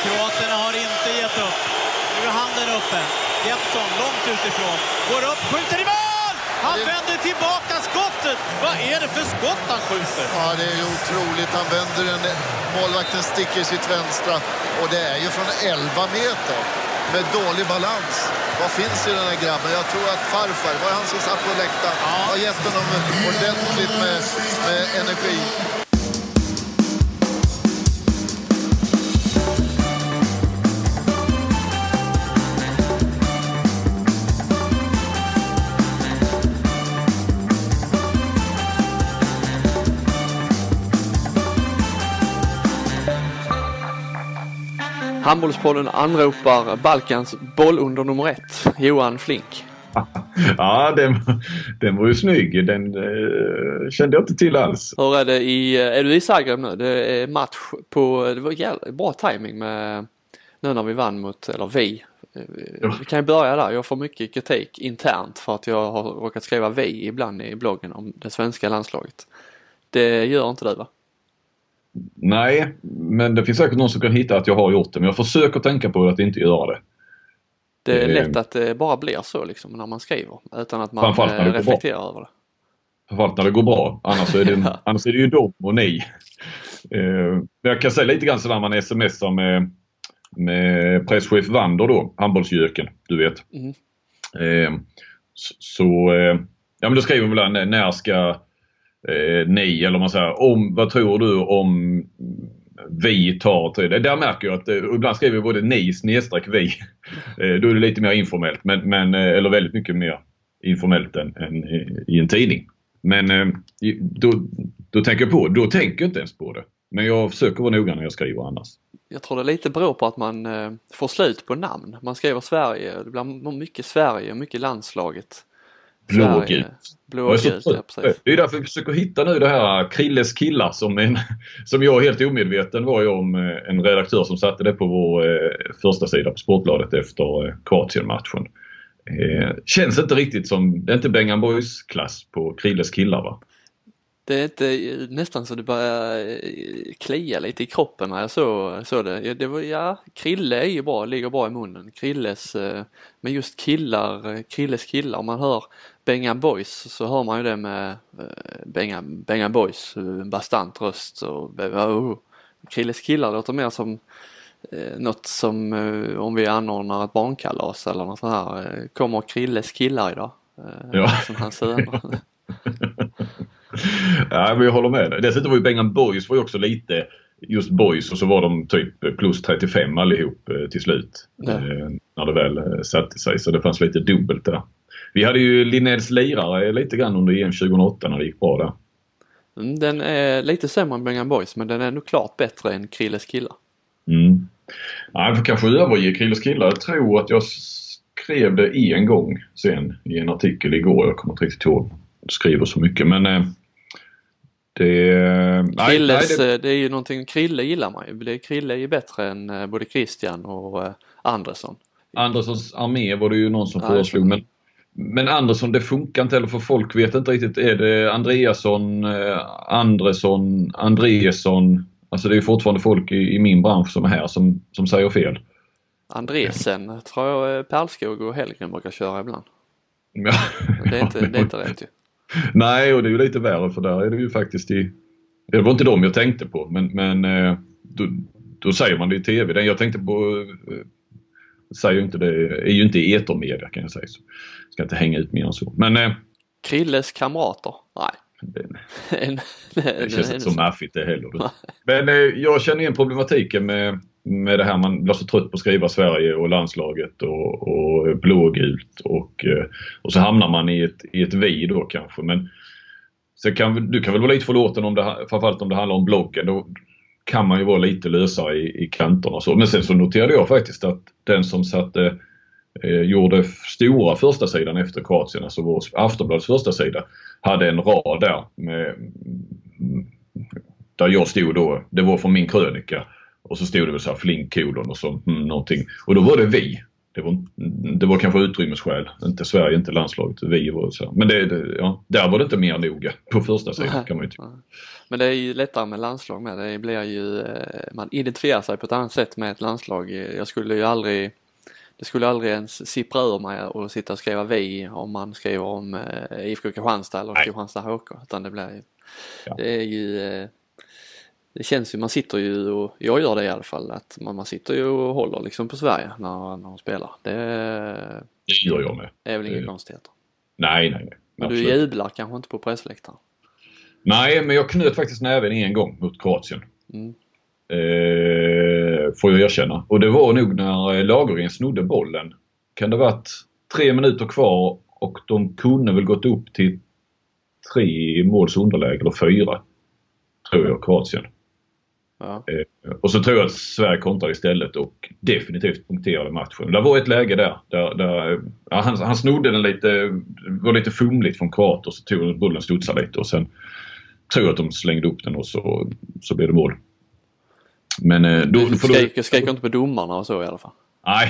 Kroaterna har inte gett upp. Nu är handen uppe. Jeppsson långt utifrån. Går upp, skjuter i mål! Han vänder tillbaka skottet. Vad är det för skott han skjuter? Ja, det är otroligt. Han vänder den. Målvakten sticker sitt vänstra. Och det är ju från 11 meter. Med dålig balans. Vad finns i den här grabben? Jag tror att farfar, var han som satt på läktaren, har gett honom ordentligt med energi. Handbollspodden anropar Balkans boll under nummer 1, Johan Flink. Ja, den var ju snygg. Den kände jag inte till alls. Hur är det är du i Zagreb nu? Det är match på, det var bra timing med nu när vi vann mot, eller vi. Vi kan ju börja där. Jag får mycket kritik internt för att jag har råkat skriva vi ibland i bloggen om det svenska landslaget. Det gör inte du, va? Nej, men det finns säkert någon som kan hitta att jag har gjort det. Men jag försöker tänka på att inte göra det. Det är lätt att det bara blir så liksom när man skriver. Utan att man reflekterar över det. Framförallt när det går bra. Annars är det, annars är det ju dom och nej. Jag kan säga lite grann så när man smsar med presschef Wander då. Handbollsjöken, du vet. Ja, men då skriver man väl när ska nej, eller man säger vad tror du om vi tar till det. Där märker jag att ibland skriver vi både nej snedstreck vi. Då är det lite mer informellt, men eller väldigt mycket mer informellt än i en tidning. Men då tänker jag på, då tänker jag inte ens på det. Men jag försöker vara noga när jag skriver annars. Jag tror det lite beror på att man får slut på namn. Man skriver Sverige, det blir mycket Sverige och mycket landslaget. Blågult. Blågult, ja, precis. Det är därför vi försöker hitta nu det här Krilles killar som jag helt omedveten var ju om en redaktör som satte det på vår första sida på Sportbladet efter Kroatien-matchen. Känns inte riktigt som, det är inte Bengan Boys klass på Krilles killar, va? Det är inte nästan så det börjar klia lite i kroppen när jag så det. Det var, ja, Krille är ju bra, ligger bra i munnen. Men just Krilles killar, om man hör Bengan Boys så hör man ju det med Bengan Boys, bastant röst och Krilles killar låter mer som något som om vi anordnar ett barnkalas eller något så här. Kommer Krilles killar idag? Ja. Som han söner. Ja, men jag håller med dig. Dessutom var ju Bengan Boys var ju också lite just boys och så var de typ plus 35 allihop till slut. Ja. När det väl satte sig, så det fanns lite dubbelt där. Vi hade ju Linnés lirare lite grann under EM 2008 när det gick bra där. Den är lite sämre än Bengan Boys, men den är nog klart bättre än Krilles killar. Nej, för kanske överge Krilles killar. Jag tror att jag skrev det en gång sen i en artikel igår. Jag kommer inte riktigt ihåg. Skriver så mycket, men det är ju någonting. Krille gillar man ju. Krille är ju bättre än både Christian och Andersson. Anderssons armé var det ju någon som föreslog, men Andersson, det funkar inte, eller för folk vet inte riktigt, är det Andreasson, Andreasson, alltså det är fortfarande folk i min bransch som är här som säger fel. Andresen tror jag Perlskog och Hellgren brukar köra ibland. Ja. Det är inte rätt ju. Nej, och det är ju lite värre, för där är det ju faktiskt det var inte dem jag tänkte på, men då säger man det i tv. Den jag tänkte på säger ju inte det, är ju inte i etermedia, kan jag säga, så ska inte hänga ut mer än så. Men Krilles kamrater? Nej. Det känns inte så maffigt det heller. Men jag känner igen problematiken med det här, man blir så trött på att skriva Sverige och landslaget och blågult och så hamnar man i ett vi då kanske. Men så du kan väl vara lite förlåten framförallt om det handlar om bloggen, då kan man ju vara lite lösare i kanterna och så. Men sen så noterade jag faktiskt att den som gjorde stora första sidan efter Kroatien, alltså vår Aftonbladets första sida, hade en rad där där jag stod då, det var från min krönika, och så stod det väl så här Flink kolon och så någonting, och då var det vi. det var kanske utrymmesskäl. Inte Sverige, inte landslaget, vi och så. Men där var det inte mer noga på första sidan kan man ju tycka. Men det är ju lättare med landslag med. Det blir ju, man identifierar sig på ett annat sätt med ett landslag. Det skulle aldrig ens sippra ur mig och sitta och skriva vi om man skriver om IFK Kristianstad eller Kristianstad HK. Utan det är ju, det känns ju, man sitter ju, och jag gör det i alla fall, att man sitter ju och håller liksom på Sverige när de spelar. Det gör jag med. Det är väl inga konstigheter. Nej. Men du jublar kanske inte på pressläktaren? Nej, men jag knöt faktiskt näven en gång mot Kroatien. Får jag erkänna. Och det var nog när Lagergren snodde bollen. Kan det varit 3 minuter kvar och de kunde väl gått upp till 3 måls underläge eller 4. Tror jag, Kroatien. Ja. Och så tror jag att Sverige kontrade istället och definitivt punkterade matchen. Det var ett läge där han snodde den lite, var lite fumligt från Kroat och så tog bollen studsade lite och sen tror jag att de slängde upp den och så blev det mål. Men du skrek inte på domarna och så i alla fall. Nej.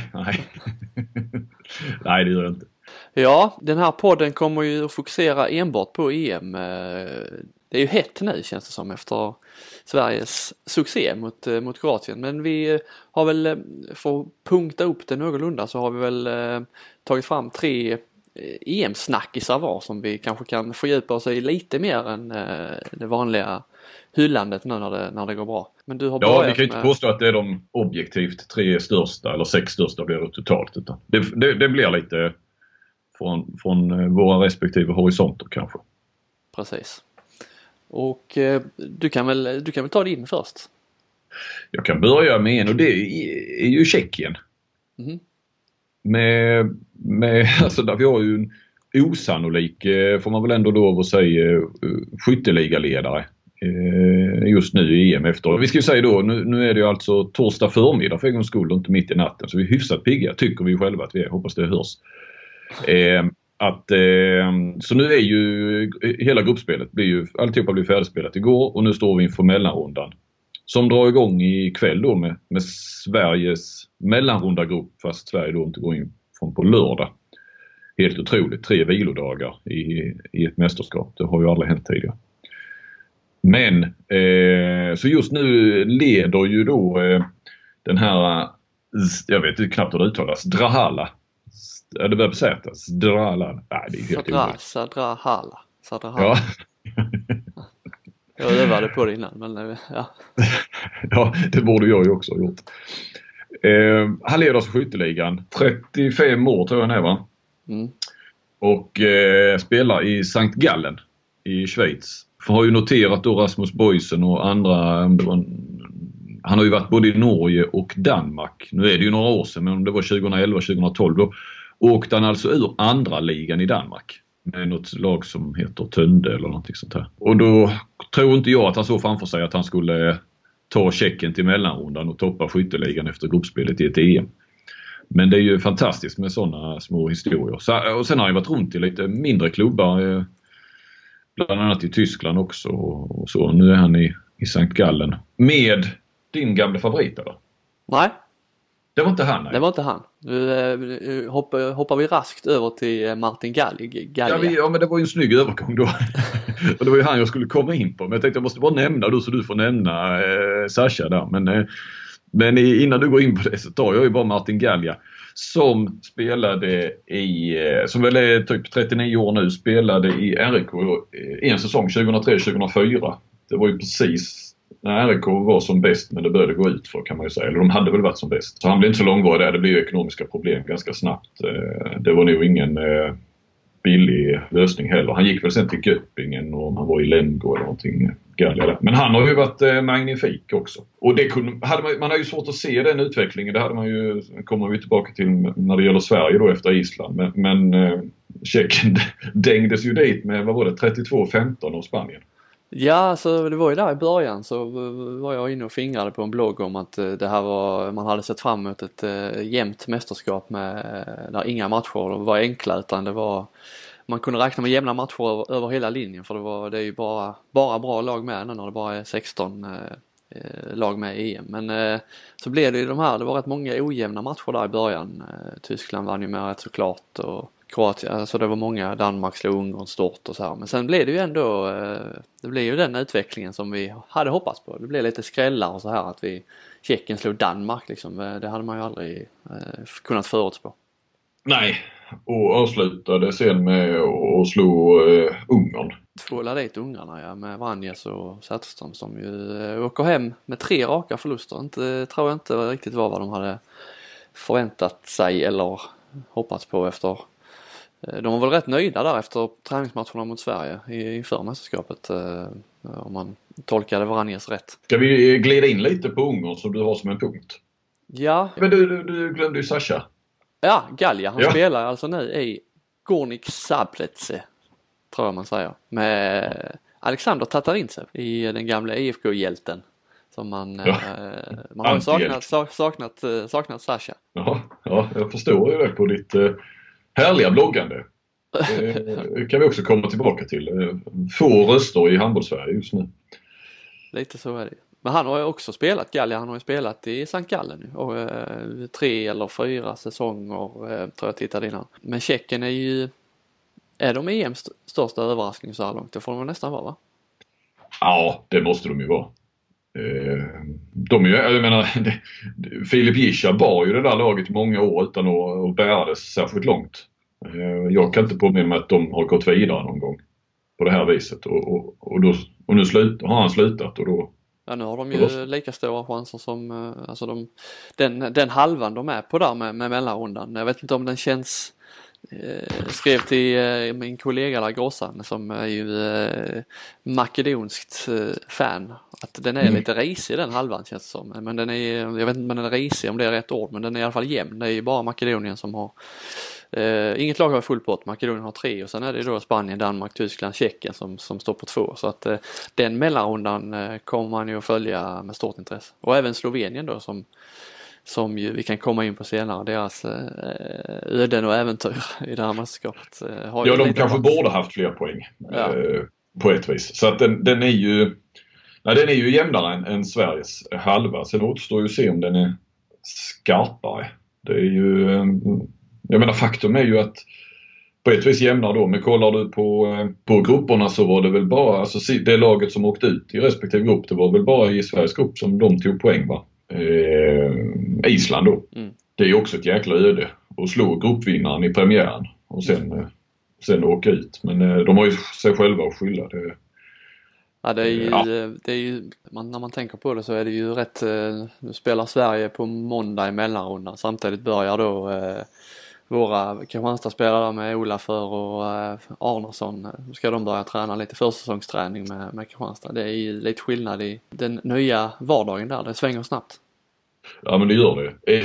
Nej, det gör jag inte. Ja, den här podden kommer ju att fokusera enbart på EM. Det är ju hett nu känns det som efter Sveriges succé mot Kroatien. Men vi har väl, för att punkta upp det någorlunda, så har vi väl tagit fram 3 EM-snackisar var som vi kanske kan fördjupa oss i lite mer än det vanliga hyllandet nu när det går bra. Men du har vi kan ju inte påstå att det är de objektivt 3 största eller 6 största blir det totalt, utan det blir lite från våra respektive horisonter kanske. Precis. Och du kan väl ta det in först? Jag kan börja med en och det är ju Tjeckien. Med alltså där vi har ju en osannolik, får man väl ändå lov att säga, skytteligaledare just nu i EM efter. Vi ska ju säga då, nu är det ju alltså torsdag förmiddag för en gångs skull och inte mitt i natten, så vi är hyfsat pigga, tycker vi själva att vi är, hoppas det hörs. Så nu är ju hela gruppspelet alltihopa blir färdigspelat igår och nu står vi inför mellanrundan som drar igång ikväll då med Sveriges mellanrundagrupp, fast Sverige då inte går in från på lördag. Helt otroligt, 3 vilodagar i ett mästerskap. Det har ju aldrig hänt tidigare. Men så just nu leder ju då den här, jag vet knappt hur det uttalas, Drahala. Ja, det börjar på sätas. Drahala. Nej, det är helt omöjligt. Sadrahala. Ja. Jag övade på det innan, men ja. Ja, det borde jag ju också ha gjort. Han leder alltså skytteligan. 35 år tror jag han är, va? Och spelar i Sankt Gallen i Schweiz. Har ju noterat då Rasmus Boysen och andra. Han har ju varit både i Norge och Danmark. Nu är det ju några år sedan, men om det var 2011-2012 då åkte han alltså ur andra ligan i Danmark. Med något lag som heter Tönde eller någonting sånt här. Och då tror inte jag att han såg framför sig att han skulle ta Tjeckien till mellanrundan och toppa skytteligan efter gruppspelet i ett EM. Men det är ju fantastiskt med sådana små historier. Och sen har han varit runt i lite mindre klubbar, bland annat i Tyskland också. Och så. Nu är han i Sankt Gallen med din gamla favorit eller? Nej. Det var inte han. Nej. Det var inte han. Nu hoppar vi raskt över till Martin Gallia. Ja, men det var ju en snygg övergång då. Och det var ju han jag skulle komma in på. Men jag tänkte jag måste bara nämna då så du får nämna Sasha där. Men innan du går in på det så tar jag ju bara Martin Gallia. Som spelade som väl är typ 39 år nu, spelade i RIK en säsong 2003-2004. Det var ju precis när RIK var som bäst, men det började gå ut för kan man ju säga. Eller de hade väl varit som bäst. Så han blev inte så långvarig där. Det blev ju ekonomiska problem ganska snabbt. Det var nog ingen billig lösning heller. Han gick väl sen till Göppingen och han var i Lemgo eller någonting. Men han har ju varit magnifik också. Och det man har ju svårt att se den utvecklingen. Det hade man ju, kommer vi tillbaka till när det gäller Sverige då efter Island. Men Tjeckien dängdes ju dit med, vad var det, 32-15 av Spanien. Ja, så det var ju där i början så var jag inne och fingrade på en blogg om att det här var, man hade sett fram emot ett jämnt mästerskap där inga matcher var enkla, utan det var, man kunde räkna med jämna matcher över hela linjen, för det är ju bara bra lag med när det bara är lag med i EM. Men så blev det ju det var rätt många ojämna matcher där i början. Tyskland vann ju med rätt såklart och Kroatien, alltså det var många, Danmark slog Ungern stort och så här. Men sen blev det ju ändå, det blev ju den utvecklingen som vi hade hoppats på. Det blev lite skrällar och så här att Tjeckien slog Danmark liksom. Det hade man ju aldrig kunnat förutspå. Nej, och avslutade sen med att slå Ungern. Tvåla dit ungarna, ja, med Vranjes och Zetterström som ju åker hem med 3 raka förluster. Tror jag inte riktigt var vad de hade förväntat sig eller hoppats på efter. De var väl rätt nöjda där efter träningsmatcherna mot Sverige inför mästerskapet, om man tolkade Vranjes rätt. Ska vi glida in lite på Ungern som du har som en punkt? Ja. Men du glömde ju Sasha. Ja, Galja. Han spelar alltså nu i Gornik Zaplece, tror jag man säger, med Alexander Tatarintsev i den gamla IFK-hjälten som man har saknat Sasha. Ja, jag förstår ju det på ditt härliga bloggande. Det kan vi också komma tillbaka till. Få röster i handbollssverige just nu. Lite så är det. Men han har ju också spelat, Galja, han har ju spelat i St. Gallen nu och 3 eller 4 säsonger tror jag tittade innan. Men Tjeckien är de EMs största överraskning så här långt? Det får de nästan vara, va? Ja, det måste de ju vara. Jag menar, Filip Gischa bar ju det där laget i många år utan att bära det särskilt långt. Jag kan inte påminna mig att de har gått vidare någon gång på det här viset och nu har han slutat och då. Ja, nu har de ju lika stora chanser som alltså den halvan de är på där med mellanrundan. Jag vet inte om den känns. Skrev till min kollega där, Grossan, som är ju makedonskt fan, att den är lite risig den halvan, känns det som. Men den är, jag vet inte om den är risig, om det är rätt ord, men den är i alla fall jämn. Det är ju bara Makedonien som har inget lag har full pott. Makedonien har 3 och sen är det då Spanien, Danmark, Tyskland, Tjeckien som står på 2. Så att den mellanrundan kommer man ju att följa med stort intresse. Och även Slovenien då som ju vi kan komma in på senare, deras öden och äventyr i det här mästerskapet. Ja, de kanske borde haft fler poäng på ett vis. Så att den är ju jämnare än Sveriges halva. Sen återstår ju att se om den är skarpare. Det är ju, jag menar, faktum är ju att på ett vis jämnar då, men kollar du på grupperna så var det väl bara, alltså det laget som åkte ut i respektive grupp, det var väl bara i Sveriges grupp som de tog poäng, va? Island då. Det är ju också ett jäkla öde att slå gruppvinnaren i premiären och sen åka ut. Men de har ju sig själva att skylla. Det är ju när man tänker på det så är det ju rätt. Nu spelar Sverige på måndag i mellanrundan. Samtidigt börjar då våra Kristianstad-spelare med Olafur och Arnason. Ska de börja träna lite försäsongsträning med Kristianstad. Det är ju lite skillnad i den nya vardagen där. Det svänger snabbt. Ja, men det gör det.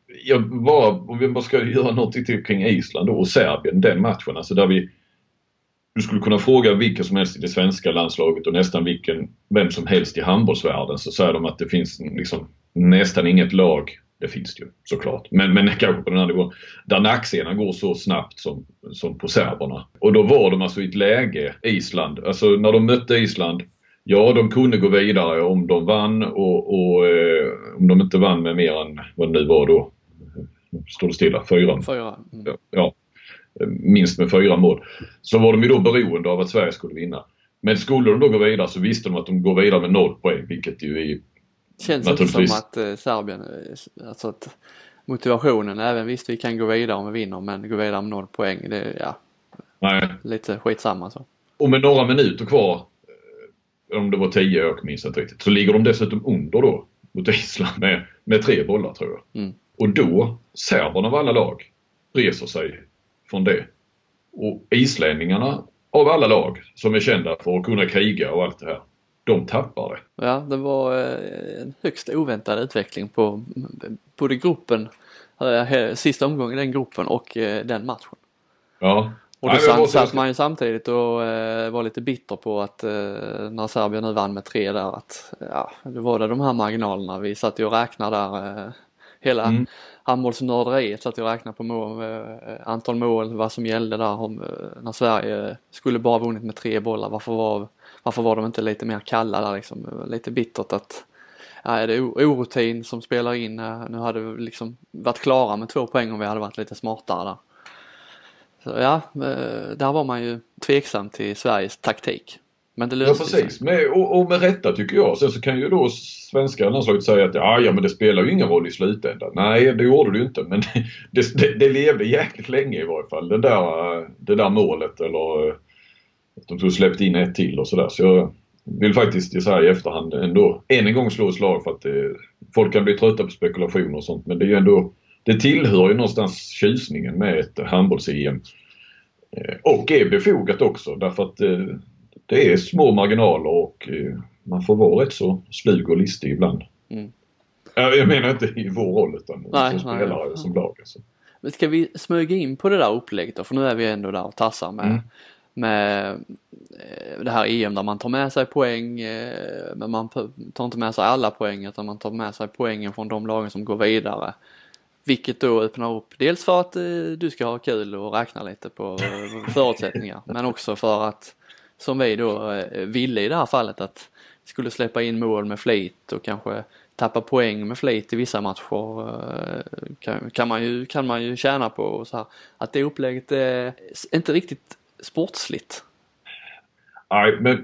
Om vi bara ska göra något till kring Island då, och Serbien, den matchen. Alltså där du skulle kunna fråga vilka som helst i det svenska landslaget och nästan vem som helst i handbollsvärlden, så säger de att det finns liksom nästan inget lag. Det finns det ju såklart. Men kanske på den här nivån där nacksenan går så snabbt som på serberna. Och då var de alltså i ett läge, Island, alltså när de mötte Island, ja, de kunde gå vidare om de vann och om de inte vann med mer än vad det nu var då. Står det stilla, 4. Ja, minst med 4 mål. Så var de ju då beroende av att Sverige skulle vinna. Men skulle de då gå vidare så visste de att de går vidare med 0 poäng, vilket ju är känns inte som att Serbien, alltså att motivationen, även visst vi kan gå vidare om vi vinner, men gå vidare med 0 poäng, det är lite skitsamma så. Och med några minuter kvar, om det var 10, jag minns inte riktigt, så ligger de dessutom under då mot Island med 3 bollar, tror jag. Och då, serberna av alla lag reser sig från det. Och islänningarna av alla lag som är kända för att kunna kriga och allt det här, de tappar det. Ja, det var en högst oväntad utveckling på både gruppen, sista omgången i den gruppen och den matchen. Ja. Och då satt man ju samtidigt och var lite bitter på att när Serbien nu vann med 3 där, att det var det de här marginalerna. Vi satt ju och räknade där hela handbollsnörderiet, satt och räknade på antal mål, vad som gällde där när Sverige skulle bara vunnit med 3 bollar. Varför var de inte lite mer kalla där liksom? Lite bittert att är det orutin som spelar in. Nu hade vi liksom varit klara med 2 poäng om vi hade varit lite smartare där. Så ja, där var man ju tveksam till Sveriges taktik. Men det löste sig. Precis. Och med rätta tycker jag. Sen så kan ju då svenska landslaget säga att ja men det spelar ju ingen roll i slutändan. Nej, det gjorde det ju inte. Men det levde jäkligt länge i varje fall. Det där målet eller att de tog släppt in ett till och sådär. Så jag vill faktiskt så här i efterhand ändå en gång slå ett slag för att folk kan bli trötta på spekulationer och sånt. Men det är ju ändå, det tillhör ju någonstans tjusningen med ett handbolls-EM. Och är befogat också därför att det är små marginaler och man får vara rätt så slug och listig ibland. Mm. Jag menar inte i vår roll utan som spelare som lag. Alltså. Men ska vi smyga in på det där upplägget då? För nu är vi ändå där och tassar med det här EM där man tar med sig poäng, men man tar inte med sig alla poäng utan man tar med sig poängen från de lagen som går vidare. Vilket då öppnar upp dels för att du ska ha kul och räkna lite på förutsättningar men också för att som vi då ville i det här fallet att vi skulle släppa in mål med flit och kanske tappa poäng med flit i vissa matcher kan man ju tjäna på och så här, att det upplägget är inte riktigt sportsligt. Nej, men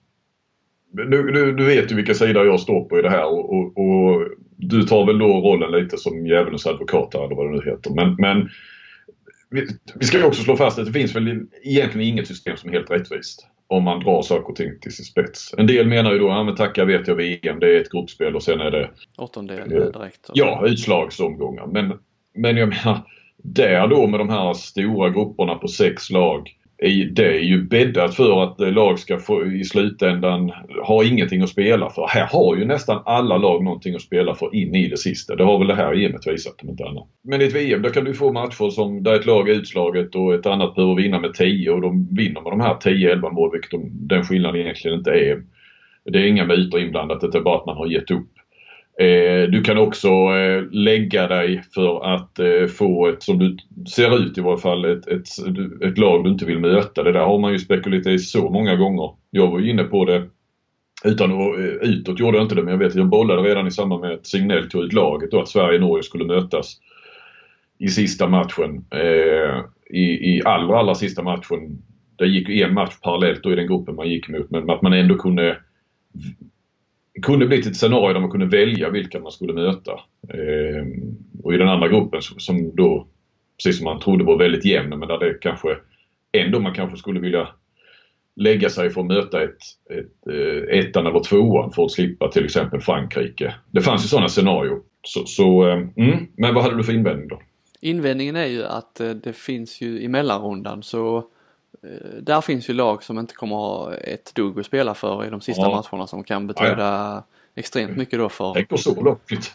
du vet ju vilka sidor jag står på i det här och du tar väl då rollen lite som djävulens advokat eller vad det nu heter. Men vi ska ju också slå fast att det finns väl egentligen inget system som är helt rättvist om man drar saker och ting till sin spets. En del menar ju då, ja men tacka vet jag VM, det är ett gruppspel och sen är det åttondel direkt. Ja, utslagsomgångar. Men jag menar, där då med de här stora grupperna på 6 lag, det är ju bäddat för att lag ska få i slutändan ha ingenting att spela för. Här har ju nästan alla lag någonting att spela för in i det sista. Det har väl det här EMet visat om inte annat. Men i ett VM där kan du få matcher som där ett lag är utslaget och ett annat behöver vinna med 10 och de vinner med de här 10-11 mål, vilket den skillnaden egentligen inte är. Det är inga myter inblandat, det är bara att man har gett upp. Du kan också lägga dig för att få ett, som du ser ut i varje fall, ett lag du inte vill möta. Det där har man ju spekulerat i så många gånger. Jag var ju inne på det utan att utåt gjorde jag inte det, men jag vet att jag bollade redan i samband med att Signell tog ut laget och att Sverige och Norge skulle mötas i sista matchen. I allra sista matchen, det gick ju en match parallellt då i den gruppen man gick mot, men att man ändå kunde bli ett scenario där man kunde välja vilka man skulle möta. Och i den andra gruppen som då, precis som man trodde var väldigt jämn, men där det kanske ändå man kanske skulle vilja lägga sig för att möta ettan eller tvåan för att slippa till exempel Frankrike. Det fanns ju sådana scenario. Men vad hade du för invändning då? Invändningen är ju att det finns ju i mellanrundan så där finns ju lag som inte kommer ha ett dugg att spela för i de sista matcherna som kan betyda extremt mycket då för... Tänk på så långt.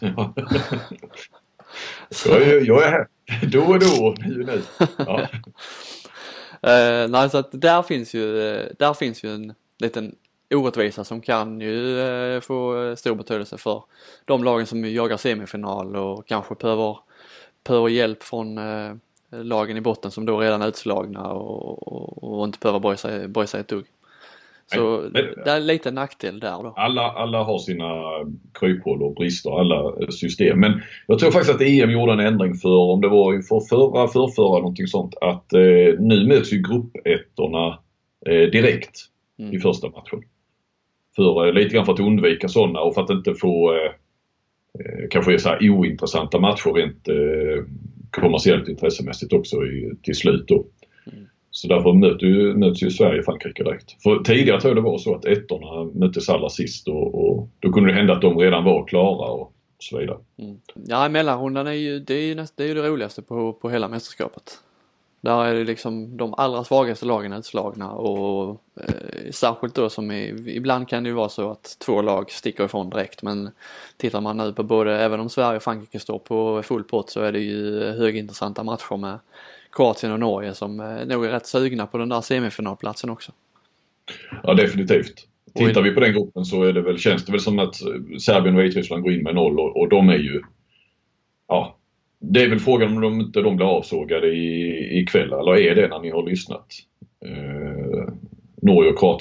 Jag är här. Då och då. Nu. Ja. Nej, så att där finns ju en liten orättvisa som kan ju få stor betydelse för de lagen som jagar semifinal och kanske behöver hjälp från lagen i botten som då redan är utslagna och inte behöver böja sig ett dugg. Så det är lite nackdel där då. Alla har sina kryphål och brister, alla system. Men jag tror faktiskt att EM gjorde en ändring för, om det var inför förra någonting sånt, att nu möts ju gruppettorna direkt i första matchen. Lite grann för att undvika sådana och för att inte få kanske så här ointressanta matcher rent kommersiellt intressemässigt också till slut då. Så därför möts ju Sverige och Frankrike direkt. För tidigare tror jag det var så att ettorna möttes allra sist och då kunde det hända att de redan var klara och så vidare. Ja, mellanrundan är ju det roligaste på hela mästerskapet. Där är det liksom de allra svagaste lagen utslagna och särskilt då som ibland kan det ju vara så att 2 lag sticker ifrån direkt, men tittar man nu på även om Sverige och Frankrike står på full pott så är det ju högintressanta matcher med Kroatien och Norge som nog är rätt sugna på den där semifinalplatsen också. Ja, definitivt. Tittar vi på den gruppen så är det känns det väl som att Serbien och Vitryssland går in med 0 och de är ju, ja, det är väl frågan om de inte blir avsågade ikväll, eller är det när ni har lyssnat? Norge och Kroatien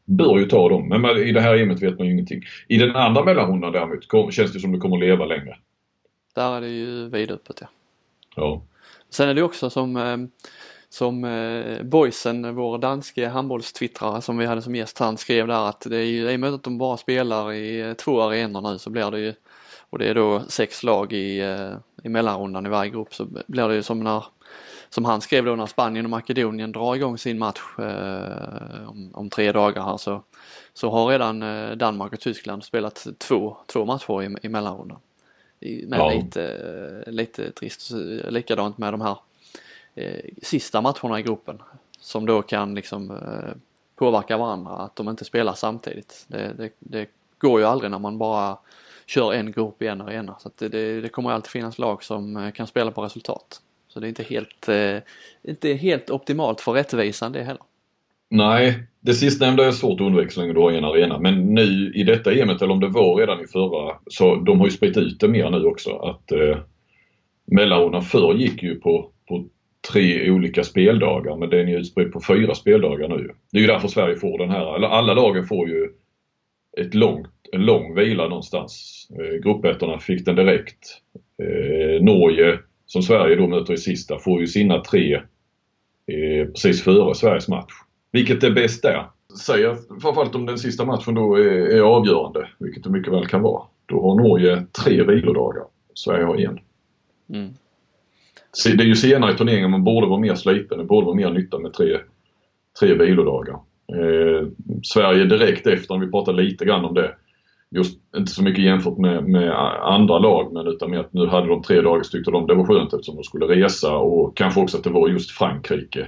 bör ju ta dem. Men i det här EMet vet man ju ingenting. I den andra mellanrundan däremot känns det som det kommer att leva längre. Där är det ju vidöppet, ja. Ja. Sen är det också som Boysen, vår danske handbollstwittrare som vi hade som gäst, han skrev där att det är ju i och med att de bara spelar i 2 arenor nu, så blir det ju, och det är då 6 lag i mellanrundan i varje grupp, så blir det ju som han skrev då, när Spanien och Makedonien drar igång sin match om 3 dagar här, så har redan Danmark och Tyskland spelat två matcher i mellanrundan. Men lite trist. Likadant med de här sista matcherna i gruppen som då kan liksom påverka varandra, att de inte spelar samtidigt. Det går ju aldrig när man bara kör en grupp i en arena, så att det kommer alltid finnas lag som kan spela på resultat. Så det är inte helt optimalt för rättvisan det heller. Nej, det sistnämnda är svårt att undvika så länge du har en arena. Men nu i detta EMet, eller om det var redan i förra, så de har ju spritt ut det mer nu också. Att mellanrundan förr gick ju på 3 olika speldagar, men den är utspritt på 4 speldagar nu. Det är ju därför Sverige får den här, eller alla lagen får ju en lång vila någonstans. Gruppettorna fick den direkt. Norge, som Sverige då möter i sista, får ju sina 3 precis före Sveriges match. Vilket är bäst där. Säger framförallt om den sista matchen då är avgörande, vilket det mycket väl kan vara. Då har Norge 3 vilodagar. Sverige har 1. Mm. Det är ju senare i turneringen, man borde vara mer sliten. Det borde vara mer nytta med 3 vilodagar. Sverige direkt efter, om vi pratar lite grann om det. Just inte så mycket jämfört med andra lag, men utan med att nu hade de 3 dagar, tyckte de det var skönt eftersom de skulle resa, och kanske också att det var just Frankrike.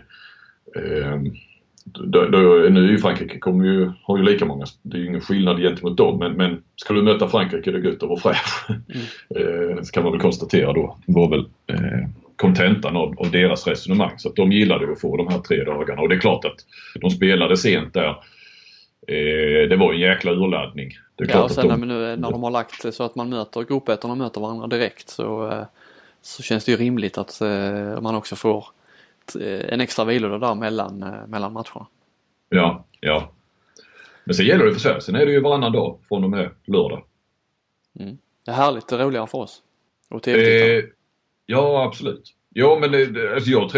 Nu är ju Frankrike har ju lika många, det är ju ingen skillnad gentemot dem, men ska du möta Frankrike, det är gött att vara fräsch. Så kan man väl konstatera då, var väl kontentan av deras resonemang, så att de gillade att få de här 3 dagarna, och det är klart att de spelade sent där. Det var en jäkla urladdning. Det är klart, och sen när de har lagt så att man möter gruppettorna möter varandra direkt, så känns det ju rimligt att man också får en extra vilodag där mellan matcherna. Ja. Men sen gäller det för sig. Sen är det ju varannan dag från och med lördag. Mm. Det är härligt, det är roligare för oss. Och TV-tittarna. Ja, absolut. Ja, men alltså jag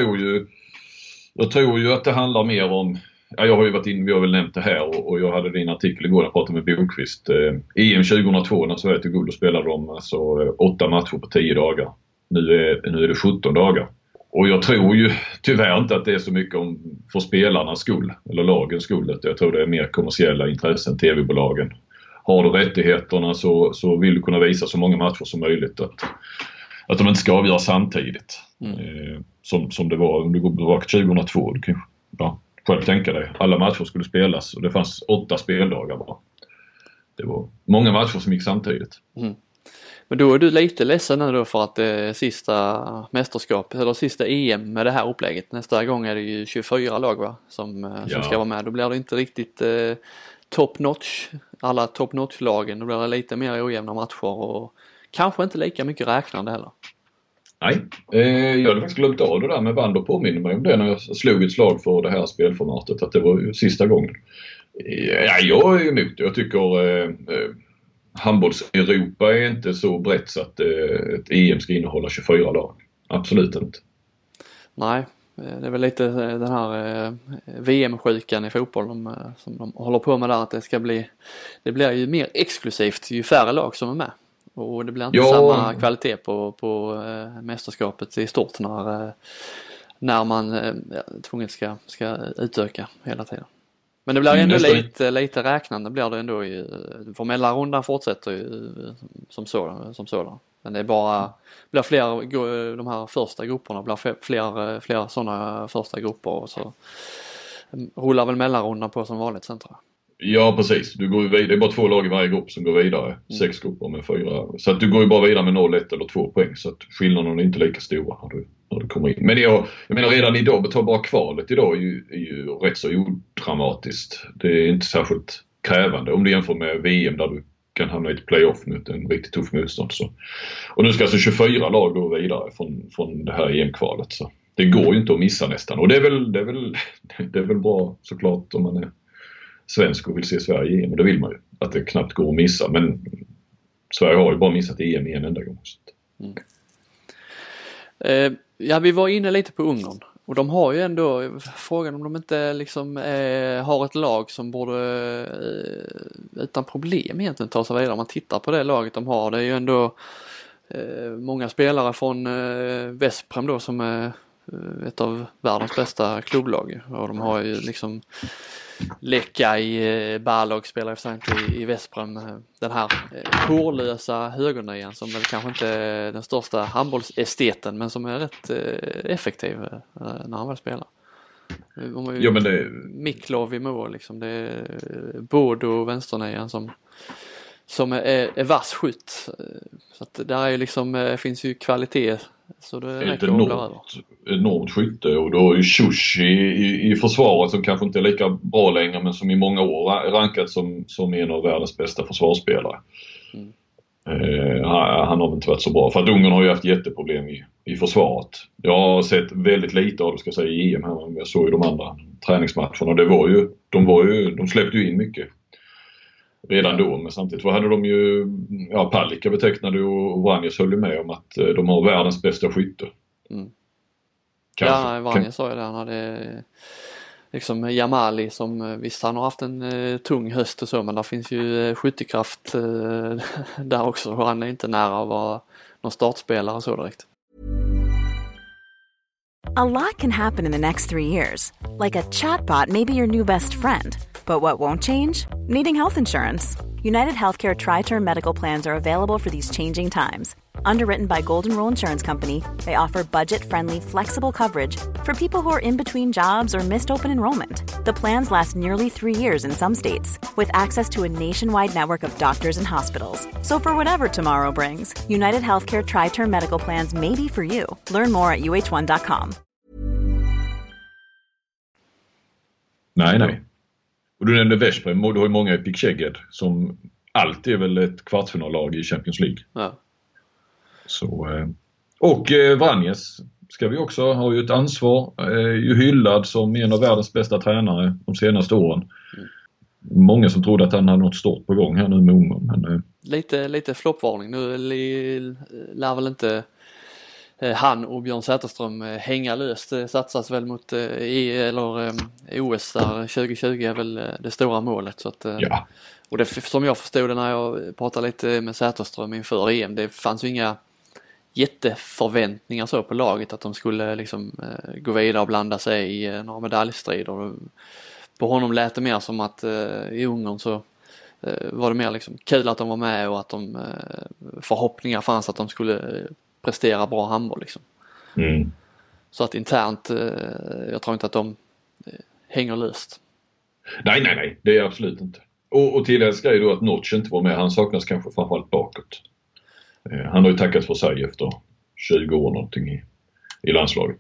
tror ju att det handlar mer om... Ja, jag har ju varit in, vi har väl nämnt det här, och jag hade din artikel igår när jag pratade med Bokvist. EM 2002 när Sverige tog guld och spelade de alltså 8 matcher på 10 dagar. Nu är det 17 dagar. Och jag tror ju tyvärr inte att det är så mycket för spelarnas skull eller lagens skull. Jag tror det är mer kommersiella intressen, tv-bolagen. Har du rättigheterna så vill du kunna visa så många matcher som möjligt, att de inte ska avgöra samtidigt. Som det var om du går tillbaka 2002. Du kan själv tänka dig. Alla matcher skulle spelas och det fanns 8 speldagar bara. Det var många matcher som gick samtidigt. Mm. Men då är du lite ledsen nu då för att det är sista mästerskapet eller sista EM med det här upplägget. Nästa gång är det ju 24 lag, va? Som ska vara med. Då blir det inte riktigt top notch. Alla top notch-lagen. Då blir det lite mer ojämna matcher och kanske inte lika mycket räknande heller. Nej, jag hade faktiskt glömt av det där med band och påminner mig om det när jag slog ett slag för det här spelformatet, att det var ju sista gången. Ja, jag är emot det. Jag tycker handbolls-Europa är inte så brett så att ett EM ska innehålla 24 lag. Absolut inte. Nej, det är väl lite den här VM-sjukan i fotboll som de håller på med där, att det blir ju mer exklusivt ju färre lag som är med. Och det blir inte samma kvalitet på mästerskapet i stort när man tvunget ska utöka hela tiden. Men det blir ändå lite räknande blir det ändå för mellanrundan fortsätter ju som sådan. Men det är blir fler, de här första grupperna blir fler sådana första grupper, och så rullar väl mellanrundan på som vanligt sen, tror jag. Ja, precis. Det är bara 2 lag i varje grupp som går vidare. 6 grupper med 4. Så att du går ju bara vidare med 0, 1 eller 2 poäng. Så att skillnaderna är inte lika stora när du kommer in. Men jag menar redan idag, att ta bara kvalet idag är ju rätt så odramatiskt. Det är inte särskilt krävande om du jämför med VM där du kan hamna i ett playoff mot en riktigt tuff motstånd. Så. Och nu ska alltså 24 lag gå vidare från det här EM-kvalet. Så det går ju inte att missa nästan. Och det är väl bra såklart om man är svensk och vill se Sverige i EM. Och det vill man ju. Att det knappt går att missa. Men Sverige har ju bara missat EM en enda gång. Ja, vi var inne lite på Ungern. Och de har ju ändå, frågan om de inte liksom har ett lag som borde utan problem egentligen ta sig vidare. Om man tittar på det laget de har, det är ju ändå många spelare från Veszprem då som är ett av världens bästa klubblag. Och de har ju liksom Leka i Balog spelar för sig i Veszprem. Den här hårlösa högernian som väl kanske inte är den största handbollsesteten men som är rätt effektiv när han väl spelar. Ja, men det... Miklov i mål liksom. Det är Bodo vänsternian som är vass skytt. Så att där är ju liksom, finns ju kvalitet. Så det är ett enormt skytte och då är ju Shush i försvaret som kanske inte är lika bra längre men som i många år är rankat som en av världens bästa försvarsspelare. Han har inte varit så bra för att Ungern har ju haft jätteproblem i försvaret. Jag har sett väldigt lite av det ska jag säga i EM här, men jag såg ju de andra träningsmatcherna och de släppte ju in mycket redan då, men samtidigt hade de ju Palicka betecknade och Vranjes höll med om att de har världens bästa skytte. Ja, Vranjes sa ju det, han hade liksom Jamali som visst han har haft en tung höst och så, men där finns ju skyttekraft där också och han är inte nära att vara någon startspelare så direkt. A lot can happen in the next 3 years. Like a chatbot may be your new best friend. But what won't change? Needing health insurance. United Healthcare Tri-Term Medical Plans are available for these changing times. Underwritten by Golden Rule Insurance Company, they offer budget-friendly, flexible coverage for people who are in between jobs or missed open enrollment. The plans last nearly 3 years in some states, with access to a nationwide network of doctors and hospitals. So for whatever tomorrow brings, United Healthcare Tri-Term Medical Plans may be for you. Learn more at uh1.com. Nej. Och du nämnde Veszprem och du har ju många i Pick-Szeged som alltid är väl ett kvartsfinallag i Champions League. Ja. Så, och Vranjes ska vi också ha ju ett ansvar. Ju hyllad som en av världens bästa tränare de senaste åren. Många som trodde att han hade något stort på gång här nu med Ungern. Men, lite floppvarning. Nu lär väl inte han och Björn Säterström hänga löst. Det satsas väl mot OS där 2020 är väl det stora målet. Så att, ja. Och det som jag förstod det när jag pratade lite med Säterström inför EM, det fanns ju inga jätteförväntningar så på laget att de skulle liksom gå vidare och blanda sig i några medaljstrider. På honom lät det mer som att i Ungern så var det mer liksom kul att de var med och att de förhoppningar fanns att de skulle prestera bra handboll liksom. Så att internt jag tror inte att de hänger löst. Nej, det är absolut inte. Och till det ska ju då att Notch inte var med. Han saknas kanske framförallt bakåt. Han har ju tackat för sig efter 20 år någonting i landslaget.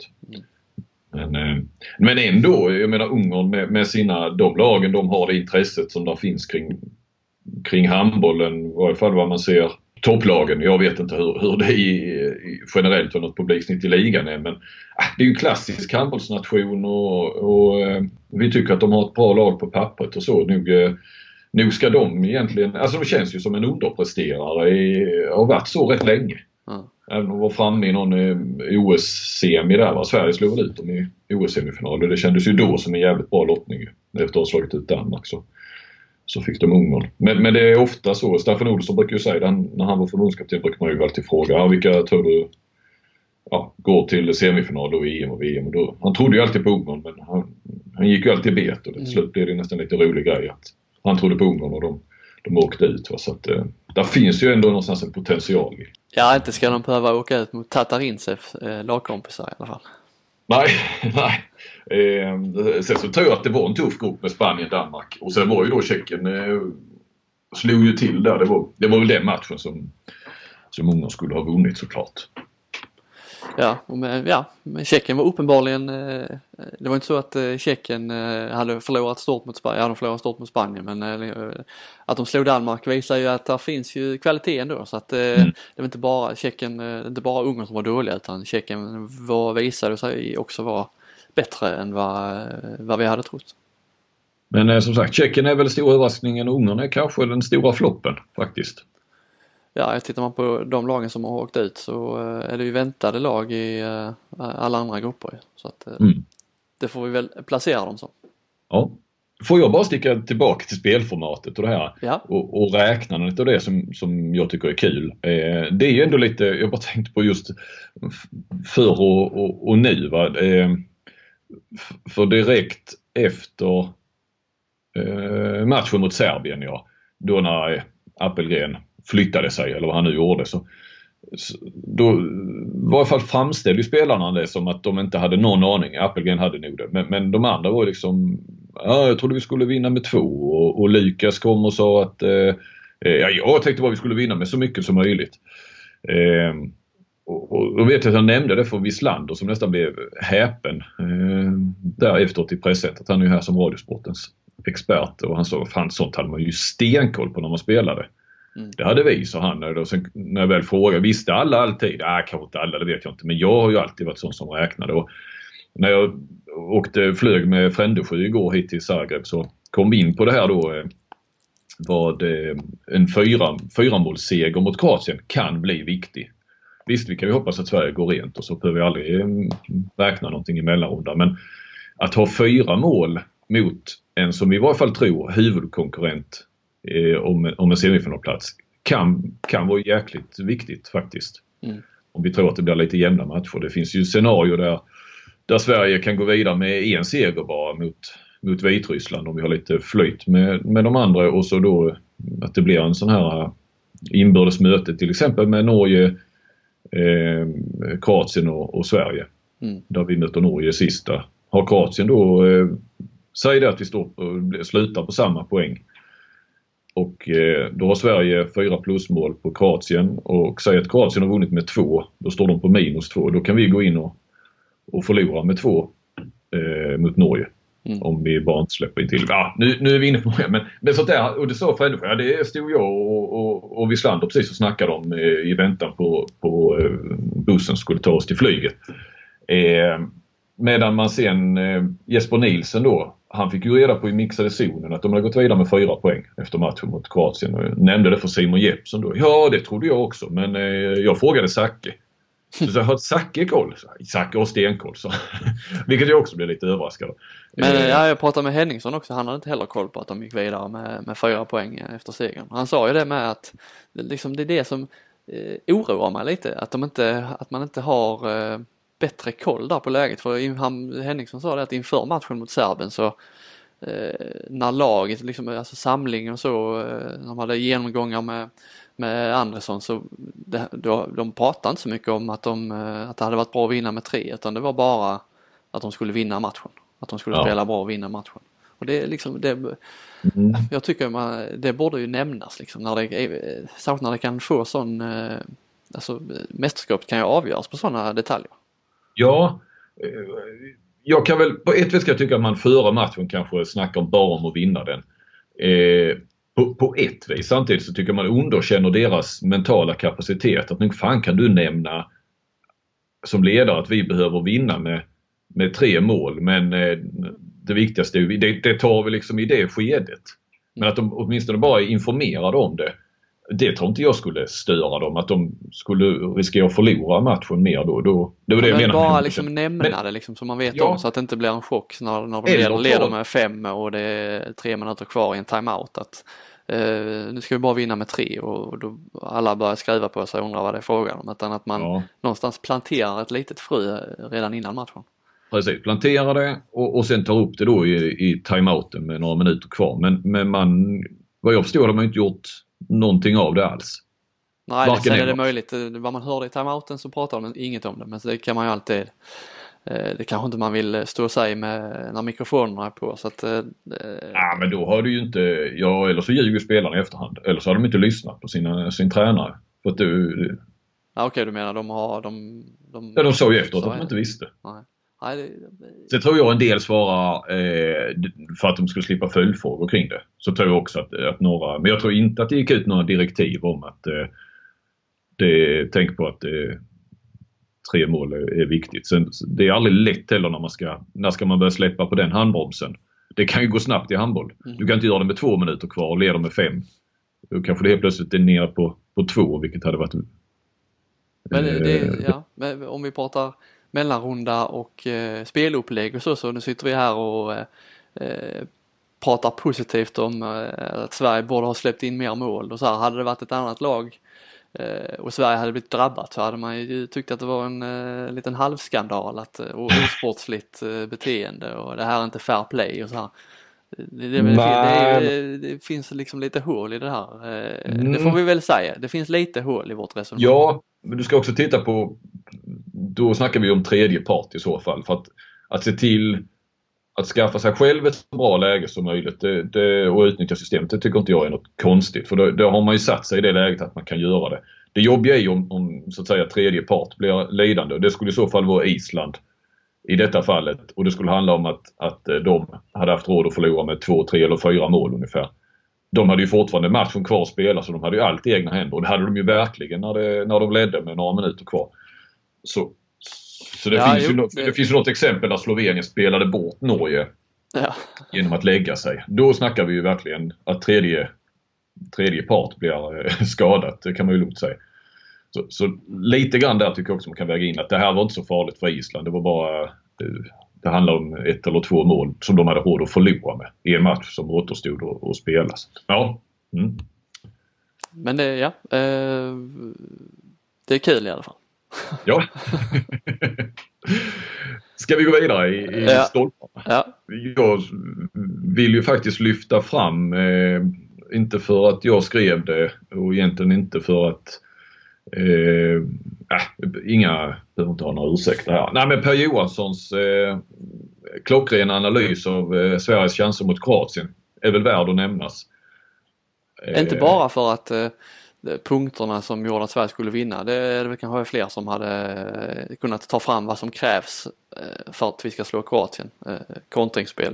Men ändå, jag menar Ungern med de lagen de har det intresset som där finns kring handbollen. I varje fall vad man ser topplagen. Jag vet inte hur det är generellt för något publiksnitt i ligan är, men det är ju en klassisk handbollsnation och vi tycker att de har ett bra lag på pappret och så. Nog ska de egentligen, alltså de känns ju som en underpresterare har varit så rätt länge. Även om de var framme i någon OS-semi där var Sverige slog väl ut dem i OS-semifinal och det kändes ju då som en jävligt bra lottning efter att ha slagit ut Danmark så fick de Ungern. Men det är ofta så, Staffan Olsson brukar ju säga när han var förbundskapten brukar man ju alltid fråga vilka tror du går till semifinal och EM och VM och då, han trodde ju alltid på Ungern men han gick ju alltid bet och till slut blev det nästan lite rolig grej att han trodde på Ungern och de åkte ut. Så att där finns ju ändå någonstans en potential. Ja, inte ska de behöva åka ut mot Tatarinsev lagkompisar i alla fall. Nej. Sen så tror jag att det var en tuff grupp med Spanien, Danmark och sen var ju då Tjeckien slog ju till där. Det var väl den matchen som Ungern skulle ha vunnit såklart. Men Tjeckien var uppenbarligen det var inte så att Tjeckien hade förlorat stort mot Spanien. Ja, de förlorade stort mot Spanien men att de slog Danmark visar ju att det finns ju kvalitet ändå så att det var inte bara Tjeckien, inte bara Ungern som var dåliga utan Tjeckien visade sig också vara bättre än vad vi hade trott. Men som sagt, Tjeckien är väl stor överraskningen och Ungern är kanske den stora floppen faktiskt. Ja, tittar man på de lagen som har åkt ut så är det ju väntade lag i alla andra grupper. Så att det får vi väl placera dem som. Ja. Får jag bara sticka tillbaka till spelformatet och det här och räknandet och det som jag tycker är kul. Det är ju ändå lite, jag bara tänkte på just förr och nu. Va? För direkt efter matchen mot Serbien, då när Appelgren flyttade sig eller vad han nu gjorde, så då var i alla fall framställde spelarna det som att de inte hade någon aning. Appelgren hade nog det, men de andra var liksom jag trodde vi skulle vinna med 2 och Lukas kom och sa att jag tänkte bara vi skulle vinna med så mycket som möjligt. Och vet jag att jag nämnde det för Wislander som nästan blev häpen där efteråt i presset, att han är ju här som Radiosportens expert och han sa fan sånt hade man ju stenkoll på när man spelade. Det hade vi, sa han. Och sen, när jag väl frågade, visste alla alltid? Kanske inte alla, det vet jag inte. Men jag har ju alltid varit sån som räknade. Och när jag flög med Frändesjö igår hit till Zagreb så kom vi in på det här då. Vad en 4-målsseger mot Kroatien kan bli viktig. Visst, vi kan ju hoppas att Sverige går rent och så behöver vi aldrig räkna någonting i mellanrundan. Men att ha 4 mål mot en som vi i varje fall tror huvudkonkurrent om en semifinalplats kan vara jäkligt viktigt faktiskt. Om vi tror att det blir lite jämna matcher. Det finns ju scenario där Sverige kan gå vidare med en seger bara mot Vitryssland om vi har lite flyt med de andra, och så då att det blir en sån här inbördes möte till exempel med Norge, Kroatien och Sverige. Där vi möter Norge sista. Har Kroatien då säger det att vi slutar på samma poäng. Och då har Sverige 4 plusmål på Kroatien och säger att Kroatien har vunnit med 2. Då står de på -2. Då kan vi gå in och förlora med 2 mot Norge. Om vi bara inte släpper in till. Nu är vi inne på det. Men sånt där, och det sa Fredrik, det stod jag och Wislander precis och snackade om i väntan på bussen skulle ta oss till flyget. Medan man sen Jesper Nielsen då, han fick ju reda på i mixade zonen att de hade gått vidare med 4 poäng efter matchen mot Kroatien. Och nämnde det för Simon Jeppsson då. Ja, det trodde jag också, men jag frågade Zacke. Så har Zacke koll? Zacke har stenkoll. Så. Vilket jag också blev lite överraskad. Men jag pratade med Henningsson också. Han hade inte heller koll på att de gick vidare med 4 poäng efter segern. Han sa ju det med att liksom, det är det som oroar mig lite. Att man inte har bättre koll där på läget. För Henningsson sa det att inför matchen mot Serbien så när laget, liksom, alltså samlingen och så, de hade genomgångar med Andersson, så de pratade inte så mycket om att det hade varit bra att vinna med 3, utan det var bara att de skulle vinna matchen. Att de skulle spela bra och vinna matchen. Och det är liksom jag tycker det borde ju nämnas liksom, särskilt när det kan få sån alltså mästerskapet kan ju avgöras på sådana detaljer. Ja, jag kan väl på ett vis ska jag tycka att man före matchen kanske snackar bara om att vinna den. På ett vis. Samtidigt så tycker man underkänner deras mentala kapacitet. Att nu fan kan du nämna som ledare att vi behöver vinna med 3 mål. Men det viktigaste det tar vi liksom i det skedet. Men att de åtminstone bara är informerade om det. Det tror inte jag skulle störa dem. Att de skulle riskera att förlora matchen mer då. Det var det jag menade. Bara liksom nämna det liksom, så man vet om, så att det inte blir en chock när de leder med 5 och det är 3 minuter kvar i en timeout. Att nu ska vi bara vinna med 3 och då alla börjar skriva på sig och undrar vad det är frågan om. Utan att man någonstans planterar ett litet frö redan innan matchen. Precis, planterar det och sen tar upp det då i timeouten med några minuter kvar. Men vad jag förstår har man inte gjort någonting av det alls. Nej, sen är det möjligt. Vad man hörde i timeouten så pratar man inget om det. Men det kan man ju alltid, det kanske inte man vill stå och säga när mikrofonerna är på. Så att, men då har du ju inte, eller så ljuger spelarna i efterhand. Eller så har de inte lyssnat på sin tränare. För att okej, du menar de sa ju efteråt att de inte visste. Nej. Så tror jag en del svarar för att de skulle slippa följdfrågor kring det. Så tror jag också att några, men jag tror inte att det gick ut några direktiv om att tänk på att 3 mål är viktigt. Sen, det är aldrig lätt heller när ska man börja släppa på den handbromsen. det kan ju gå snabbt i handboll. Du kan inte göra det med 2 minuter kvar och leda med 5. Då kanske det helt plötsligt är ner på 2, vilket hade varit... Men men om vi pratar mellanrunda och spelupplägg och så nu sitter vi här och pratar positivt om att Sverige borde ha släppt in mer mål. Och så här, hade det varit ett annat lag och Sverige hade blivit drabbat, så hade man ju tyckt att det var en liten halvskandal och osportsligt beteende och det här är inte fair play och så här. Det finns liksom lite hål i det här. Det får vi väl säga. Det finns lite hål i vårt resonemang. Ja, men du ska också titta på, då snackar vi om tredje part i så fall, för att se till att skaffa sig själv ett så bra läge som möjligt och utnyttja systemet, det tycker inte jag är något konstigt, för då har man ju satt sig i det läget att man kan göra det. Det jobbiga är ju om så att säga tredje part blir lidande, och det skulle i så fall vara Island i detta fallet, och det skulle handla om att de hade haft råd att förlora med 2, 3 eller 4 mål ungefär. De hade ju fortfarande matchen kvar att spela, så de hade ju allt i egna händer, och det hade de ju verkligen när de ledde med några minuter kvar. Så det finns ju något exempel där Slovenien spelade bort Norge genom att lägga sig. Då snackar vi ju verkligen att tredje part blir skadat, det kan man ju lugnt säga. Så lite grann där tycker jag också man kan väga in att det här var inte så farligt för Island. Det var bara, det handlar om 1 eller 2 mål som de hade råd att förlora med i en match som återstod och spelas. Ja. Mm. Men det är kul i alla fall. Ja. Ska vi gå vidare i stolparna? Ja. Jag vill ju faktiskt lyfta fram, inte för att jag skrev det och egentligen inte för att inga behöver inte ha några ursäkter här. Nej, men Per Johanssons klockrena analys av Sveriges chanser mot Kroatien är väl värd att nämnas. Inte bara för att punkterna som gjorde att Sverige skulle vinna, det är väl kanske fler som hade kunnat ta fram vad som krävs för att vi ska slå Kroatien. Kontringsspel,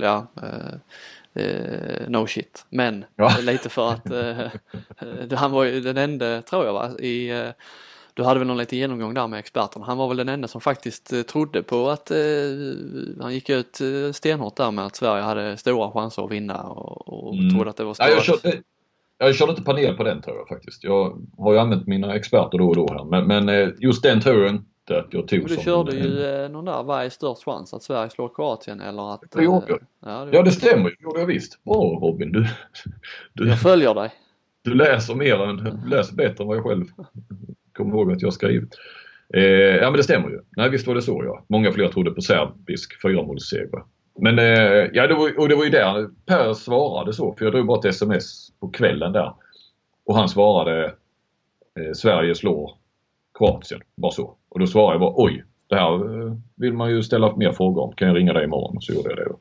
no shit. Men lite för att han var ju den enda, tror jag, du hade väl någon liten genomgång där med experterna. Han var väl den enda som faktiskt trodde på att han gick ut stenhårt där med att Sverige hade stora chanser att vinna och trodde att det var stora. Jag körde inte panel på den, tror jag faktiskt. Jag har ju använt mina experter då och då här. Men just den tror jag inte att jag tog. Men du körde ju någon där, vad är störst chans? Att Sverige slår Kroatien eller att... Ja, det stämmer ju. Det visst. Bra, Robin. Du, jag följer dig. Du läser bättre än vad jag själv kommer ihåg att jag skrivit. Ja, men det stämmer ju. Nej, visst var det så, ja. Många fler trodde på serbisk 4-målsseger. Men det var ju där Per svarade så, för jag drog bara ett sms på kvällen där. Och han svarade Sverige slår Kroatien, bara så. Och då svarade jag bara, oj, det här vill man ju ställa mer frågor om. Kan jag ringa dig imorgon? Och så gjorde jag det då.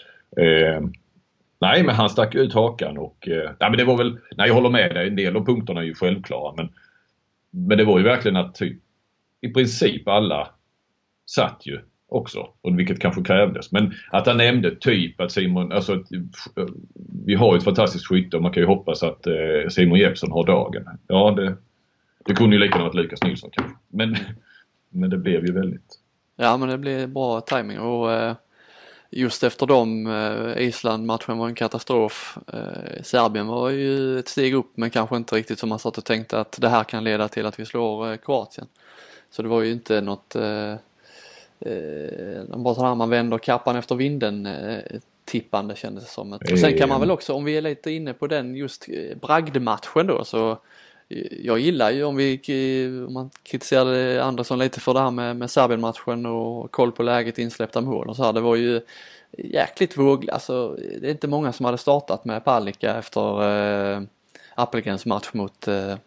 Nej, men han stack ut hakan och men det var väl, nej, jag håller med dig, en del av punkterna är ju självklara, men det var ju verkligen att typ i princip alla satt ju också, och vilket kanske krävdes. Men att han nämnde typ att Simon, alltså vi har ju ett fantastiskt skytte och man kan ju hoppas att Simon Jeppsson har dagen. Ja, det kunde ju lika gärna varit Lukas Nilsson kanske. Men det blev ju väldigt... Ja, men det blev bra timing och just efter Island-matchen var en katastrof. Serbien var ju ett steg upp, men kanske inte riktigt som man satt och tänkte att det här kan leda till att vi slår Kroatien. Så det var ju inte något... bara så här man vänder kappan efter vinden tippande kändes det som. Och sen kan man väl också, om vi är lite inne på den just bragdmatchen då, så jag gillar ju om man kritiserade Andersson lite för det här med Serbien-matchen och koll på läget, insläppta mål och så här. Det var ju jäkligt vågligt. Alltså, det är inte många som hade startat med Palicka efter Appelgrens match mot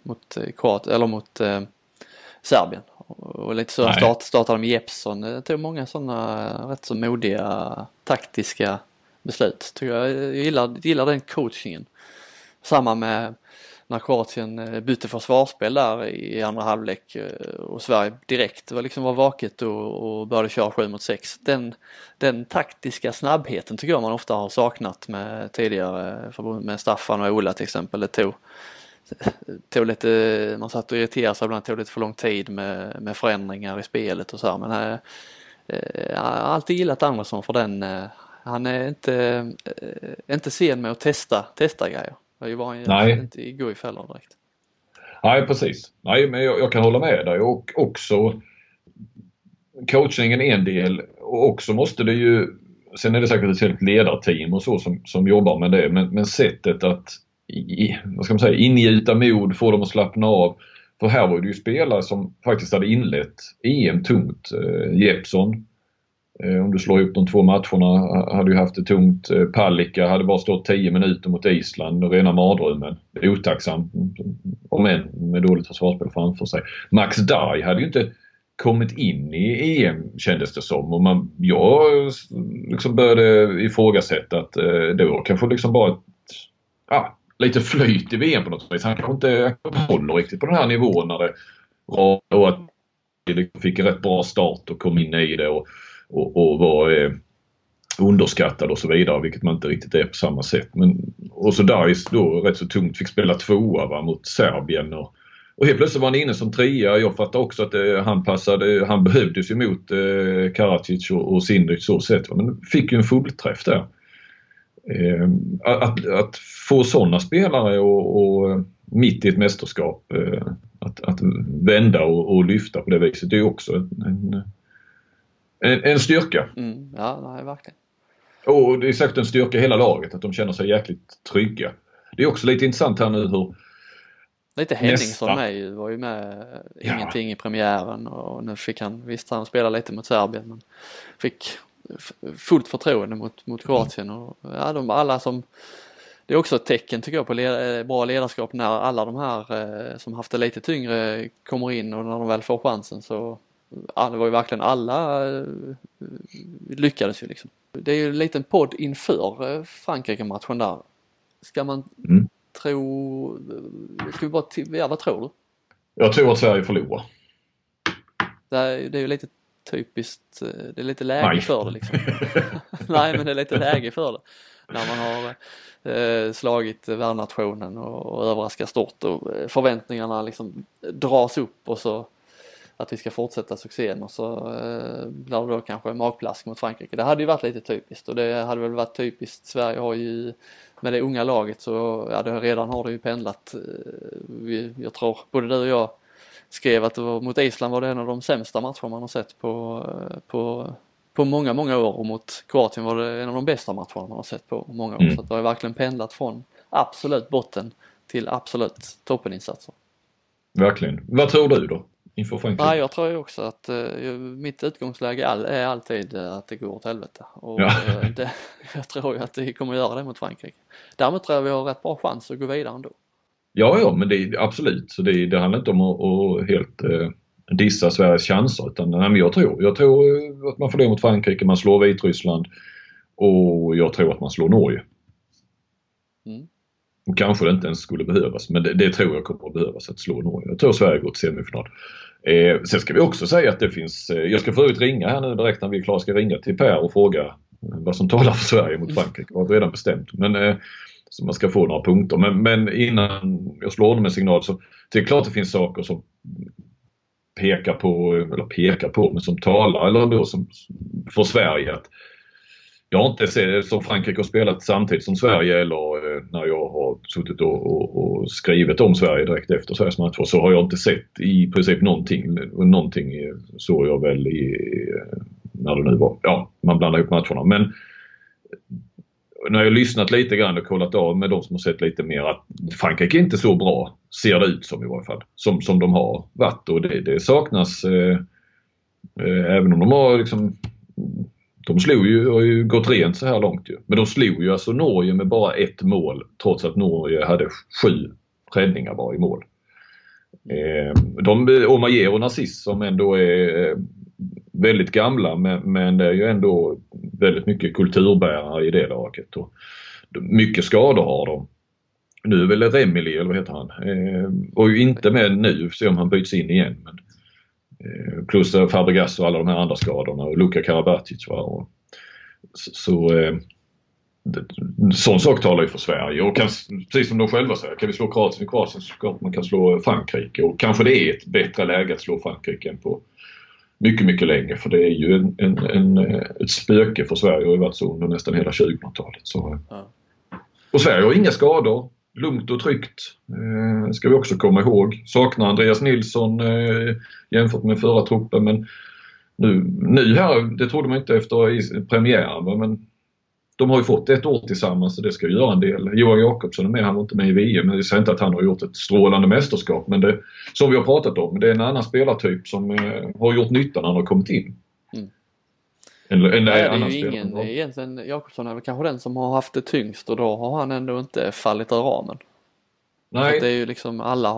Serbien. Och lite så startade med Jeppsson. Det tog många sådana rätt så modiga taktiska beslut. Jag gillar den coachingen. Samma med när Kroatien bytte försvarsspel där i andra halvlek och Sverige direkt var vaket och började köra 7-6. Den taktiska snabbheten tycker jag man ofta har saknat med tidigare med Staffan och Ola till exempel. Det tog lite, man satt och irriterade sig ibland, tog lite för lång tid med förändringar i spelet och så här. Men jag har alltid gillat Andersson för Han är inte sen med att testa grejer. Det var ju inte igår i fällan direkt. Nej, precis. Nej, men jag kan hålla med dig. Och också coachningen är en del. Och också måste det ju, sen är det säkert ett helt ledarteam och så som jobbar med det. Men sättet att vad ska man säga, ingjuta mod, få dem att slappna av. För här var det ju spelare som faktiskt hade inlett EM tungt. Jeppson, om du slår ihop de 2 matcherna, hade ju haft det tungt. Palicka hade bara stått 10 minuter mot Island och rena mardrömmen. Otacksamt, om än med dåligt försvarsspel framför sig. Max Dai hade ju inte kommit in i EM, kändes det som. Och jag liksom började ifrågasätta att det var kanske liksom bara lite flyt i VM på något vis. Han kanske inte håller riktigt på den här nivån när det och att det fick en rätt bra start och kom in i det och var underskattad och så vidare, vilket man inte riktigt är på samma sätt. Men, och så Dais då rätt så tungt fick spela 2 mot Serbien och helt plötsligt var han inne som 3. Jag fattar också att han behövdes ju mot Karadzic och Sindric så sett, men fick ju en fullträff där. Att få sådana spelare och mitt i ett mästerskap att vända och lyfta på det viset, det är också en styrka. Ja, nej, verkligen. Och det är säkert en styrka i hela laget att de känner sig jäkligt trygga. Det är också lite intressant här nu hur lite Henningsson var ju med ingenting i premiären och nu fick han spela lite mot Serbien, men fick fullt förtroende mot Kroatien och alla som, det är också ett tecken tycker jag på bra ledarskap när alla de här som haft det lite tyngre kommer in och när de väl får chansen så det var ju verkligen alla lyckades ju liksom. Det är ju en liten podd inför Frankrike-matchen där. Ska man tro, ska vi bara vad tror du? Jag tror att Sverige förlorar. Det är ju lite typiskt, det är lite läge för det liksom. Nej, men det är lite läge för det. När man har slagit världsnationen och överraskar stort och förväntningarna liksom dras upp och så att vi ska fortsätta succén och så blir det då kanske magplask mot Frankrike. Det hade ju varit lite typiskt och det hade väl varit typiskt. Sverige har ju med det unga laget så redan har det ju pendlat. Jag tror både du och jag skrev att det var, mot Island var det en av de sämsta matcherna man har sett på många, många år och mot Kroatien var det en av de bästa matcherna man har sett på många år. Så det har ju verkligen pendlat från absolut botten till absolut toppeninsatser. Verkligen. Vad tror du då? Inför Frankrike? Ja, jag tror ju också att mitt utgångsläge är alltid att det går åt helvete. Och jag tror ju att det kommer göra det mot Frankrike. Därmed tror jag vi har rätt bra chans att gå vidare ändå. Ja, men det är absolut. Så det handlar inte om att helt dissa Sveriges chanser. Utan jag tror att man får det mot Frankrike, man slår Vitryssland och jag tror att man slår Norge. Och kanske det inte ens skulle behövas, men det tror jag kommer att behövas att slå Norge. Jag tror Sverige går till semifinal. Sen ska vi också säga att det finns, jag ska förut ringa här nu direkt när vi är klara, ska ringa till Per och fråga vad som talar för Sverige mot Frankrike. Det var redan bestämt, men så man ska få några punkter. Men innan jag slår dem en signal så det är klart att det finns saker som pekar på, men som talar eller då som för Sverige att jag har inte sett som Frankrike har spelat samtidigt som Sverige eller när jag har suttit och skrivit om Sverige direkt efter Sveriges matcher så har jag inte sett i princip någonting. Någonting såg jag väl när det nu var. Ja, man blandar ihop matcherna. Men när jag lyssnat lite grann och kollat av med de som har sett lite mer att Frankrike är inte så bra, ser det ut som i varje fall. Som de har varit och det saknas även om de har liksom... De slog ju och har ju gått rent så här långt ju. Men de slog ju alltså Norge med bara 1 mål trots att Norge hade 7 räddningar var i mål. Omayer och Narciss som ändå är väldigt gamla men det är ju ändå väldigt mycket kulturbärare i det laget. Och mycket skador har de. Nu är väl Remili eller vad heter han. Och ju inte med nu, se om han byts in igen. Men plus Fabregas och alla de här andra skadorna och Luka Karabatic var sån sak talar ju för Sverige och precis som de själva säger, kan vi slå Kroatien så man kan slå Frankrike och kanske det är ett bättre läge att slå Frankrike än på mycket, mycket länge. För det är ju ett spöke för Sverige och har varit så under nästan hela 2000-talet. Så. Ja. Och Sverige har inga skador. Lugnt och tryggt. Ska vi också komma ihåg. Saknar Andreas Nilsson jämfört med förra truppen. Men nu här, det trodde man inte efter premiären. Men de har ju fått ett år tillsammans så det ska ju göra en del. Johan Jakobsson är med, han var inte med i VM. Men det säger inte att han har gjort ett strålande mästerskap. Men det, som vi har pratat om, det är en annan spelartyp som har gjort nytta när han har kommit in. Det är ju ingen, egentligen Jakobsson är väl kanske den som har haft det tyngst och då har han ändå inte fallit ur ramen. Nej. Så det är ju liksom, alla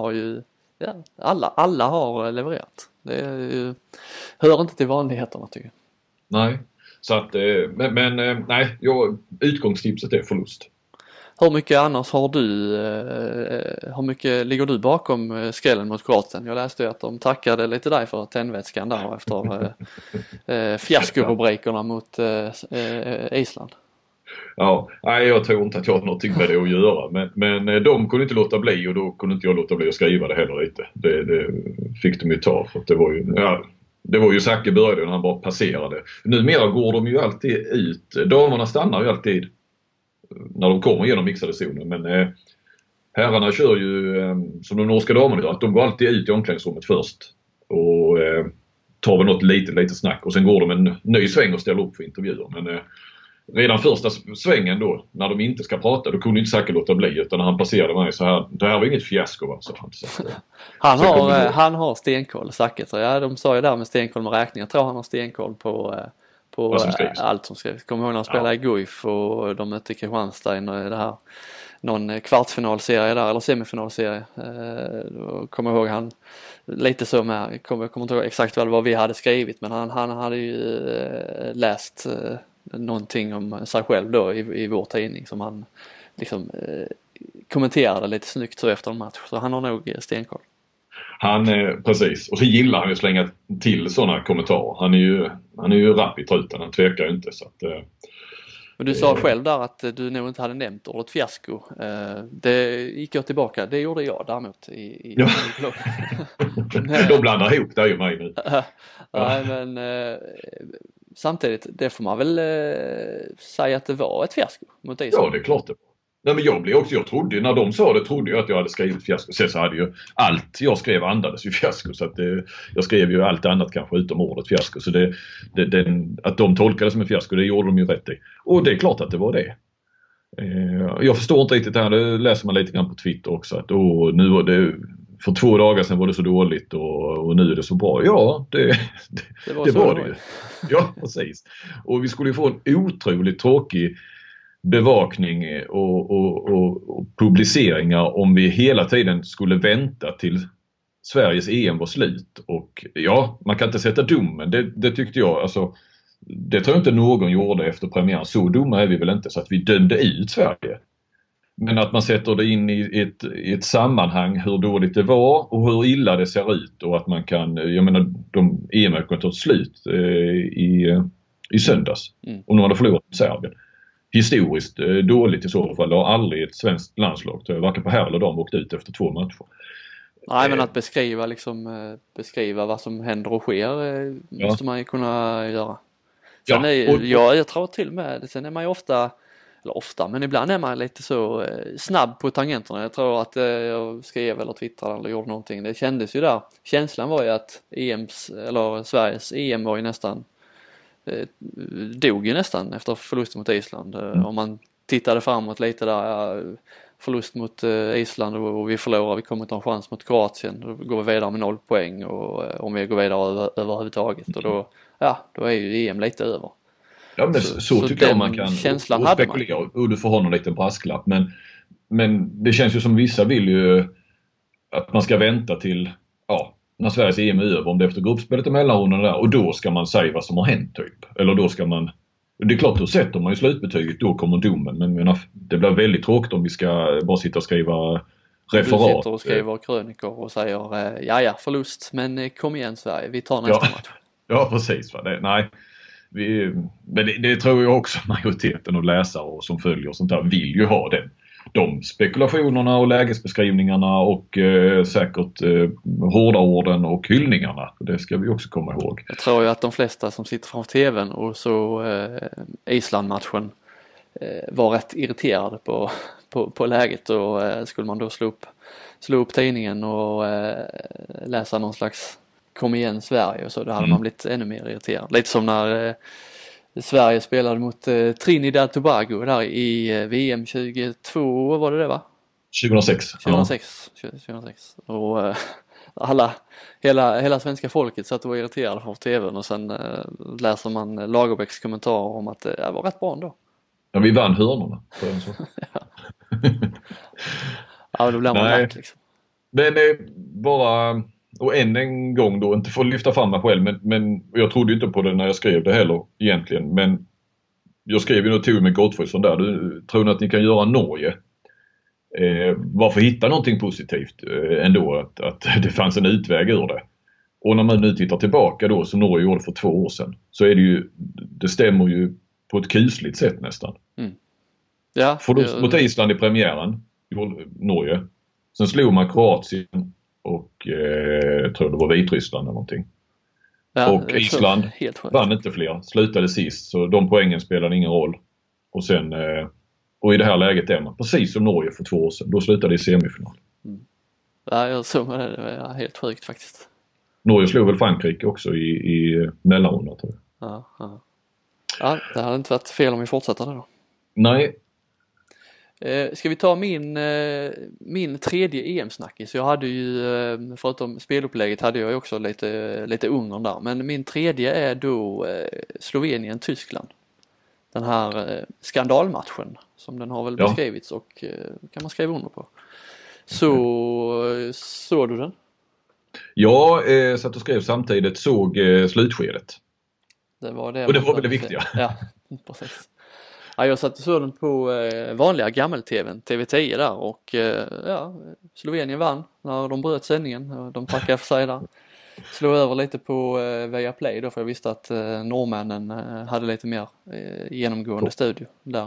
har levererat. Det är ju, hör inte till vanligheterna tycker jag. Nej, så att, nej, utgångstipset är förlust. Hur mycket annars har du, hur mycket ligger du bakom skrällen mot Kroatien? Jag läste ju att de tackade lite dig för tändvätskan där efter fiaskorubrikerna mot Island. Ja, nej, jag tror inte att jag har någonting med det att göra. Men de kunde inte låta bli och då kunde inte jag låta bli att skriva det heller lite. Det fick de ju ta för att det var ju Zacke började när han bara passerade. Numera går de ju alltid ut. Damerna stannar ju alltid när de kommer genom mixade zoner. Men herrarna kör ju som de norska damerna gör. Att de går alltid ut i omklädningsrummet först. Och tar väl något lite snack. Och sen går de en ny sväng och ställer upp för intervjuer. Men redan första svängen då, när de inte ska prata, då kunde inte Zacke låta bli. Utan när han passerade mig så här, det här var inget fiasko va? Så han har stenkoll, Zacke. Ja, de sa ju där med stenkoll med räkning. Jag tror han har stenkoll på allt som skrivs. Kommer ihåg när han spelade i Guif och de mötte Kristianstad i det här, någon kvartsfinalserie där eller semifinalserie. Kommer ihåg han lite så med, kommer inte ihåg exakt vad vi hade skrivit men han hade ju läst någonting om sig själv då i vår tidning som han liksom kommenterade lite snyggt så efter en match. Så han har nog stenkoll. Precis. Och så gillar han ju slänga till sådana kommentarer. Han är ju rapp i truten, han tvekar ju inte. Så att, men du sa själv där att du nog inte hade nämnt ordet fiasko. Det gick jag tillbaka. Det gjorde jag däremot i De blandar ihop det ju mig nu. Nej, men samtidigt, det får man väl säga att det var ett fiasko mot Island. Ja, det är klart det. Nej, men jag trodde när de sa det trodde jag att jag hade skrivit fiasko. Sen så hade ju allt jag skrev andades ju fiasko så att jag skrev ju allt annat kanske utom ordet fiasko. Så att de tolkade som en fiasko, det gjorde de ju rätt i. Och det är klart att det var det. Jag förstår inte riktigt det här, det läser man lite grann på Twitter också. Att nu var det, för 2 dagar sedan var det så dåligt och nu är det så bra. Ja, det var det ju. Ja, precis. Och vi skulle ju få en otroligt tråkig bevakning och publiceringar om vi hela tiden skulle vänta till Sveriges EM var slut. Och ja, man kan inte sätta domen. Det tyckte jag, alltså, det tror jag inte någon gjorde efter premiären. Så dumma är vi väl inte så att vi dömde ut Sverige. Men att man sätter det in i ett sammanhang hur dåligt det var och hur illa det ser ut och att man kan, jag menar, de EM kan ta slut i söndags. Om de hade förlorat Serbien. Historiskt dåligt i så fall. Det har aldrig ett svenskt landslag, varken på här eller de, åkt ut efter 2 matcher. Nej, men att beskriva vad som händer och sker måste man ju kunna göra. Sen jag tror till med, sen är man ju ofta, men ibland är man lite så snabb på tangenterna. Jag tror att jag skrev eller twittrade eller gjorde någonting. Det kändes ju där. Känslan var ju att Sveriges EM var ju nästan dog ju nästan efter förlusten mot Island. Om man tittade framåt lite där, förlust mot Island och vi förlorar, vi kommer inte ha en chans mot Kroatien, då går vi vidare med 0 poäng och om vi går vidare överhuvudtaget och då är ju EM lite över. Ja, men så tycker jag man kan och spekulera och du får ha någon liten brasklapp, men det känns ju som vissa vill ju att man ska vänta till när Sveriges EM är över, om det efter gruppspelet och mellanrundan där, och då ska man säga vad som har hänt typ. Eller då ska man, det är klart då sätter man ju slutbetyget, då kommer domen, men det blir väldigt tråkigt om vi ska bara sitta och skriva referat. Du sitter och skriver krönikor och säger förlust, men kom igen Sverige, vi tar nästa match. Ja, precis. Men det tror jag också majoriteten av läsare och som följer och sånt där vill ju ha den de spekulationerna och lägesbeskrivningarna och säkert hårda orden och hyllningarna. Det ska vi också komma ihåg. Jag tror ju att de flesta som sitter framför tvn och så Island-matchen var rätt irriterade på läget, och skulle man då slå upp tidningen och läsa någon slags kom igen Sverige och så, då hade man blivit ännu mer irriterad. Lite som när Sverige spelade mot Trinidad Tobago där i VM 22, var det va? 2006. Och hela svenska folket satt och var irriterade på tvn, och sen läser man Lagerbäcks kommentarer om att det var rätt bra ändå. Ja, vi vann hörnorna. Ja, då blir man lack liksom. Men bara, och än en gång då, inte för att lyfta fram mig själv, men jag trodde inte på det när jag skrev det heller egentligen, men jag skrev ju nog till med Gottfridsson där, du tror att ni kan göra Norge? Varför hitta någonting positivt ändå, att det fanns en utväg ur det. Och när man nu tittar tillbaka då, som Norge gjorde för 2 år sedan, så är det ju, det stämmer ju på ett kusligt sätt nästan. Ja, förlust mot Island i premiären, Norge. Sen slog man Kroatien och tror det var Vitryssland eller någonting. Ja, och Island vann inte fler, slutade sist, så de poängen spelade ingen roll. Och sen och i det här läget är man precis som Norge för 2 år sedan, då slutade i semifinal. Ja, jag såg det var helt sjukt faktiskt. Norge slog väl Frankrike också i mellanrundan, tror jag. Ja, det hade inte varit fel om vi fortsätter där då. Nej. Ska vi ta min tredje EM-snackis? Jag hade ju, förutom spelupplägget hade jag också lite Ungern där. Men min tredje är då Slovenien-Tyskland. Den här skandalmatchen som den har väl beskrivits och kan man skriva under på. Såg du den? Jag satt och skrev samtidigt, såg slutskedet. Det var det. Och det var väl det viktiga. Ja, precis. Ja, jag satt och såg den på vanliga gammel-tvn, TV10 där, och Slovenien vann när de bröt sändningen. De tackade för sig där. Slog över lite på Viaplay då, för jag visste att norrmännen hade lite mer genomgående studio där.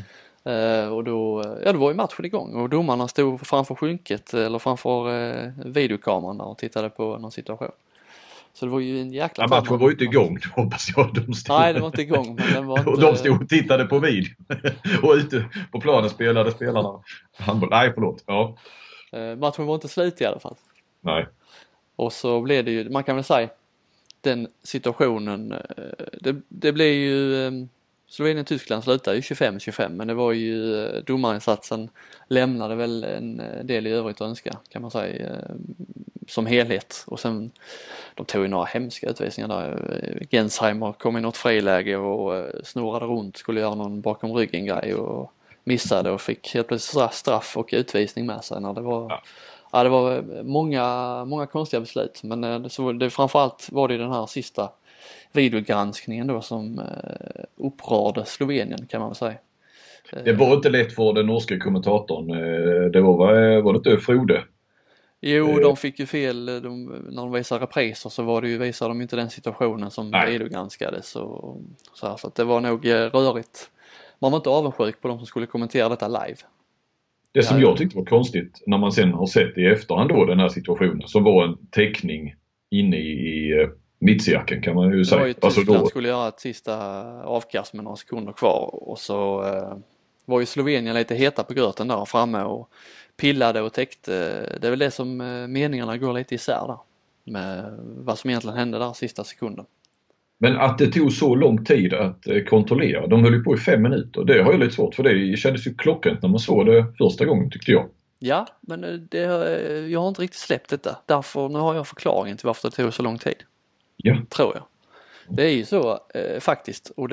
Och då var ju matchen igång och domarna stod framför skynket eller framför videokameran där och tittade på någon situation. Så det var ju en jäkla... Ja, matchen var ju inte igång, hoppas jag. Nej, det var inte igång. Men den var inte... Och de stod och tittade på video. Och ute på planen spelade spelarna handboll. Nej, förlåt. Ja. Matchen var inte slut i alla fall. Nej. Och så blev det ju, man kan väl säga, den situationen, det blev ju... Slovenien-Tyskland slutade ju 25-25, men det var ju domarinsatsen lämnade väl en del i övrigt att önska, kan man säga, som helhet. Och sen de tog ju några hemska utvisningar där. Gensheimer kom i något friläge och snurrade runt, skulle göra någon bakom ryggen grej och missade och fick helt plötsligt straff och utvisning med sig när det var... Ja, det var många konstiga beslut, men framförallt var det den här sista videogranskningen då som upprörde Slovenien, kan man väl säga. Det var inte lätt för den norska kommentatorn. Det var det inte Frode? Jo, de fick ju fel. När de visade repriser så visade de inte den situationen som videogranskades. Så att det var nog rörigt. Man var inte avundsjuk på de som skulle kommentera detta live. Det som jag tyckte var konstigt när man sen har sett i efterhand då den här situationen, som var en teckning inne i mittcirkeln, kan man ju säga. Det var ju Tyskland skulle göra ett sista avkast med några sekunder kvar, och så var ju Slovenien lite heta på gröten där framme och pillade och täckte. Det är väl det som meningarna går lite isär där med vad som egentligen hände där sista sekunden. Men att det tog så lång tid att kontrollera, de höll ju på i 5 minuter, det har jag lite svårt för. Det kändes ju klockrent när man såg det första gången, tyckte jag. Ja, men jag har inte riktigt släppt detta. Därför nu har jag förklaringen till varför det tog så lång tid. Ja. Tror jag. Det är ju så faktiskt, och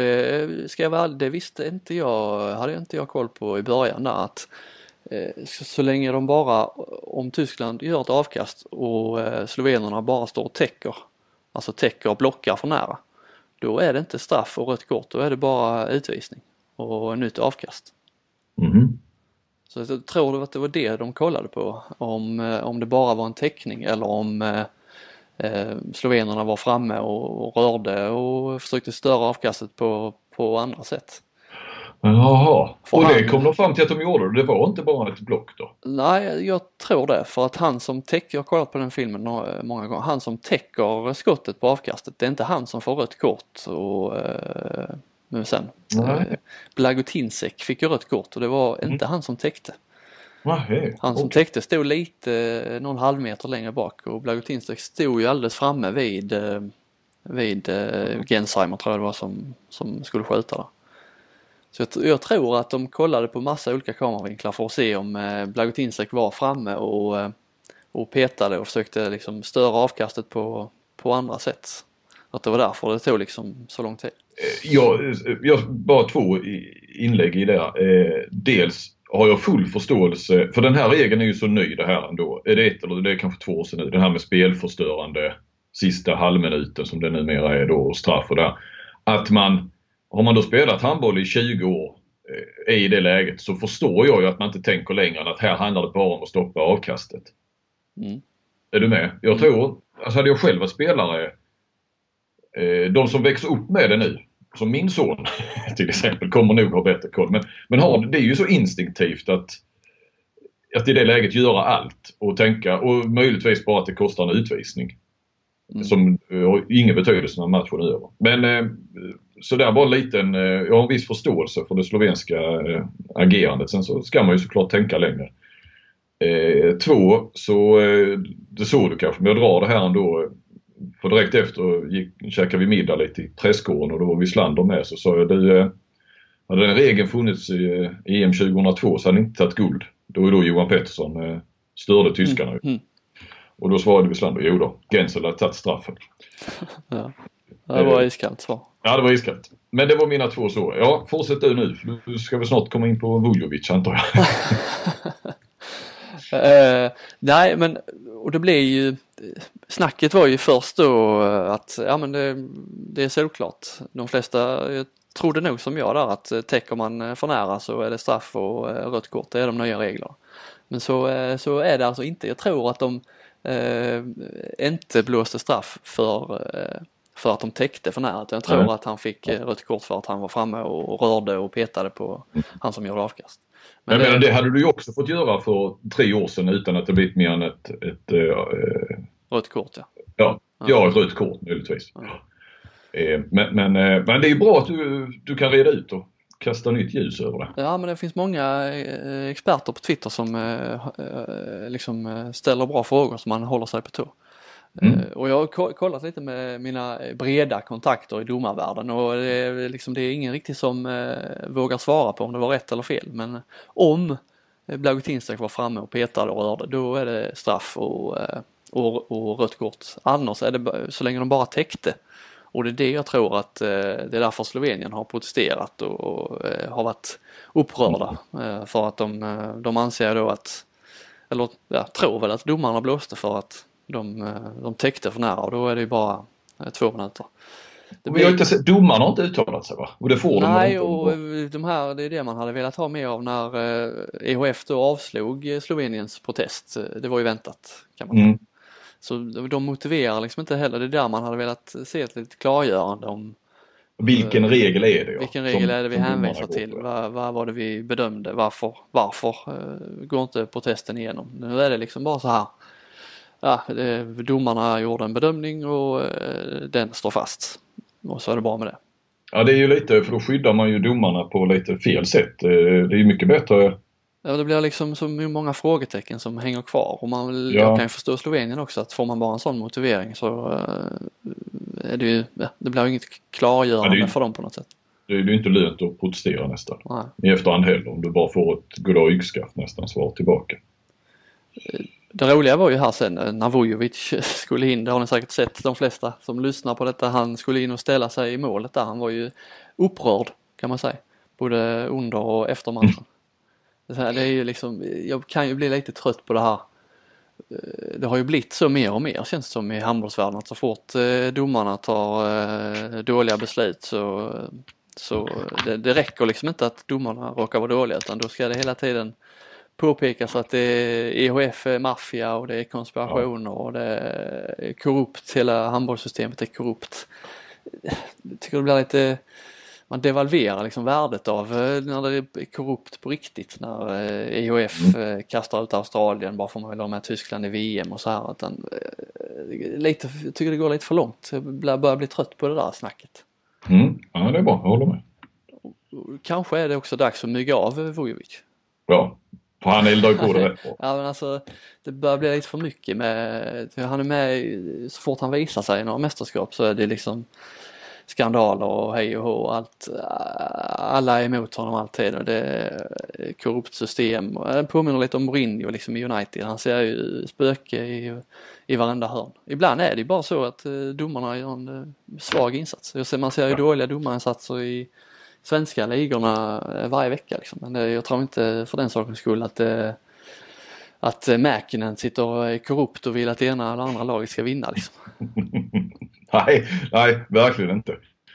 det visste inte jag, hade inte jag koll på i början där, att så länge de bara, om Tyskland gör ett avkast och slovenerna bara står och täcker och blockar för nära, då är det inte straff och rött kort, då är det bara utvisning och nytt avkast. Så jag tror att det var det de kollade på, om det bara var en täckning eller om slovenerna var framme och rörde och försökte störa avkastet på andra sätt. Jaha, och det kom de fram till att de gjorde. Det var inte bara ett block då? Nej, jag tror det. För att han som täcker, jag har kollat på den filmen många gånger, han som täcker skottet på avkastet, det är inte han som får rött kort. Och men sen Blagotinšek fick ju rött kort och det var inte han som täckte. Han som täckte stod lite någon halvmeter längre bak och Blagotinšek stod ju alldeles framme vid Gensheimer, tror jag det var, som skulle skjuta där. Så jag tror att de kollade på massa olika kameravinklar för att se om Blagotinšek var framme och petade och försökte liksom störa avkastet på andra sätt. Att det var därför det tog liksom så lång tid. Jag bara 2 inlägg i det. Dels har jag full förståelse, för den här regeln är ju så ny det här ändå. Är det 1 eller det är kanske 2 år sedan nu. Den här med spelförstörande sista halvminuten som det numera är då och straff och där. Att har man då spelat handboll i 20 år i det läget, så förstår jag ju att man inte tänker längre än att här handlar det bara om att stoppa avkastet. Är du med? Jag tror, alltså hade jag själv varit spelare, de som växer upp med det nu, som min son till exempel, kommer nog ha bättre koll. Men det är ju så instinktivt att i det läget göra allt och tänka, och möjligtvis bara att det kostar en utvisning. Som har ingen betydelse när matchen är över. Men så där bara en liten, jag har en viss förståelse för det slovenska agerandet. Sen så ska man ju såklart tänka längre. 2, så det såg du kanske, men jag drar det här ändå. För direkt efter käkade vi middag lite i presskåren och då var Wislander med, så sa jag, hade den regeln funnits i EM 2002 så hade ni inte tagit guld. Då Johan Pettersson störde tyskarna. Och då svarade Wislander, jo då, Gensel hade tagit straffen. Ja, det var iskallt svar. Ja, det var iskallt. Men det var mina 2 så. Ja, fortsätt du nu. Du ska väl snart komma in på Vujovic, antar jag. Nej, men och det blev ju, snacket var ju först då att men det är såklart. De flesta trodde nog som jag där att täcker man för nära så är det straff och rött kort. Det är de nya reglerna. Men så är det alltså inte. Jag tror att de inte blåste straff för att de täckte för nära. Jag tror att han fick rött kort för att han var framme och rörde och petade på han som gjorde avkast. Men det hade du ju också fått göra för 3 år sedan utan att det blivit mer än ett rött kort, ja. Ja, ett rött kort möjligtvis. Men det är ju bra att du kan reda ut och kasta nytt ljus över det. Ja, men det finns många experter på Twitter som liksom ställer bra frågor som man håller sig på tå. Och jag har kollat lite med mina breda kontakter i domarvärlden och det är ingen riktigt som vågar svara på om det var rätt eller fel. Men om Blagotinšek var framme och petade och rörde, då är det straff och rött kort. Annars är det så länge de bara täckte. Och det är det jag tror att det är därför Slovenien har protesterat och har varit upprörda. För att de anser då att, eller tror väl att domarna blåste för att de täckte för nära och då är det ju bara 2 minuter. Domarna har inte uttalat sig, va? Och det får nej, och det är det man hade velat ha med av när EHF då avslog Sloveniens protest. Det var ju väntat, kan man säga. Så de motiverar liksom inte heller. Det är där man hade velat se ett litet klargörande om vilken regel är det? Vilken regel är det vi hänvisar till? Vad var det vi bedömde? Varför går inte protesten igenom? Nu är det liksom bara så här. Ja, domarna gjorde en bedömning och den står fast. Och så är det bra med det. Ja, det är ju lite, för då skyddar man ju domarna på lite fel sätt. Det är ju mycket bättre. Ja, det blir liksom så många frågetecken som hänger kvar. Och jag kan ju förstå Slovenien också att får man bara en sån motivering så är det ju, det blir ju inget klargörande för dem på något sätt. Det är ju inte lönt att protestera nästan. Nej. I efterhand heller, om du bara får ett goddag yxskaft nästan svar tillbaka. Det roliga var ju här sen när Vujovic skulle in, det har ni säkert sett de flesta som lyssnar på detta, han skulle in och ställa sig i målet där. Han var ju upprörd kan man säga, både under och efter matchen. Det är ju liksom, jag kan ju bli lite trött på det här. Det har ju blivit så mer och mer känns det som i handbollsvärlden att så fort domarna tar dåliga beslut så det räcker liksom inte att domarna råkar vara dåliga utan då ska det hela tiden påpekas att det är EHF är maffia och det är konspirationer och det är korrupt, hela handbollssystemet är korrupt. Jag tycker det blir lite man devalverar liksom värdet av när det är korrupt på riktigt, när IHF kastar ut Australien bara för man vill ha med Tyskland i VM och så här, utan lite, jag tycker det går lite för långt. Jag börjar bli trött på det där snacket. Ja, det är bra, jag håller med. Kanske är det också dags att mygga av Vujovic. Ja, för han eldar ju på det rätt bra. Ja, men alltså det börjar bli lite för mycket med, han är med så fort han visar sig i några mästerskap så är det liksom skandaler och hej och hå och allt. Alla är emot honom alltid och det är korrupt system. Och det påminner lite om Mourinho liksom i United. Han ser ju spöke i varenda hörn. Ibland är det bara så att domarna gör en svag insats. Man ser ju dåliga domarinsatser i svenska ligorna varje vecka liksom. Men jag tror inte för den sakens skull att Mäkinen sitter korrupt och vill att det ena eller andra laget ska vinna liksom. Nej, verkligen inte.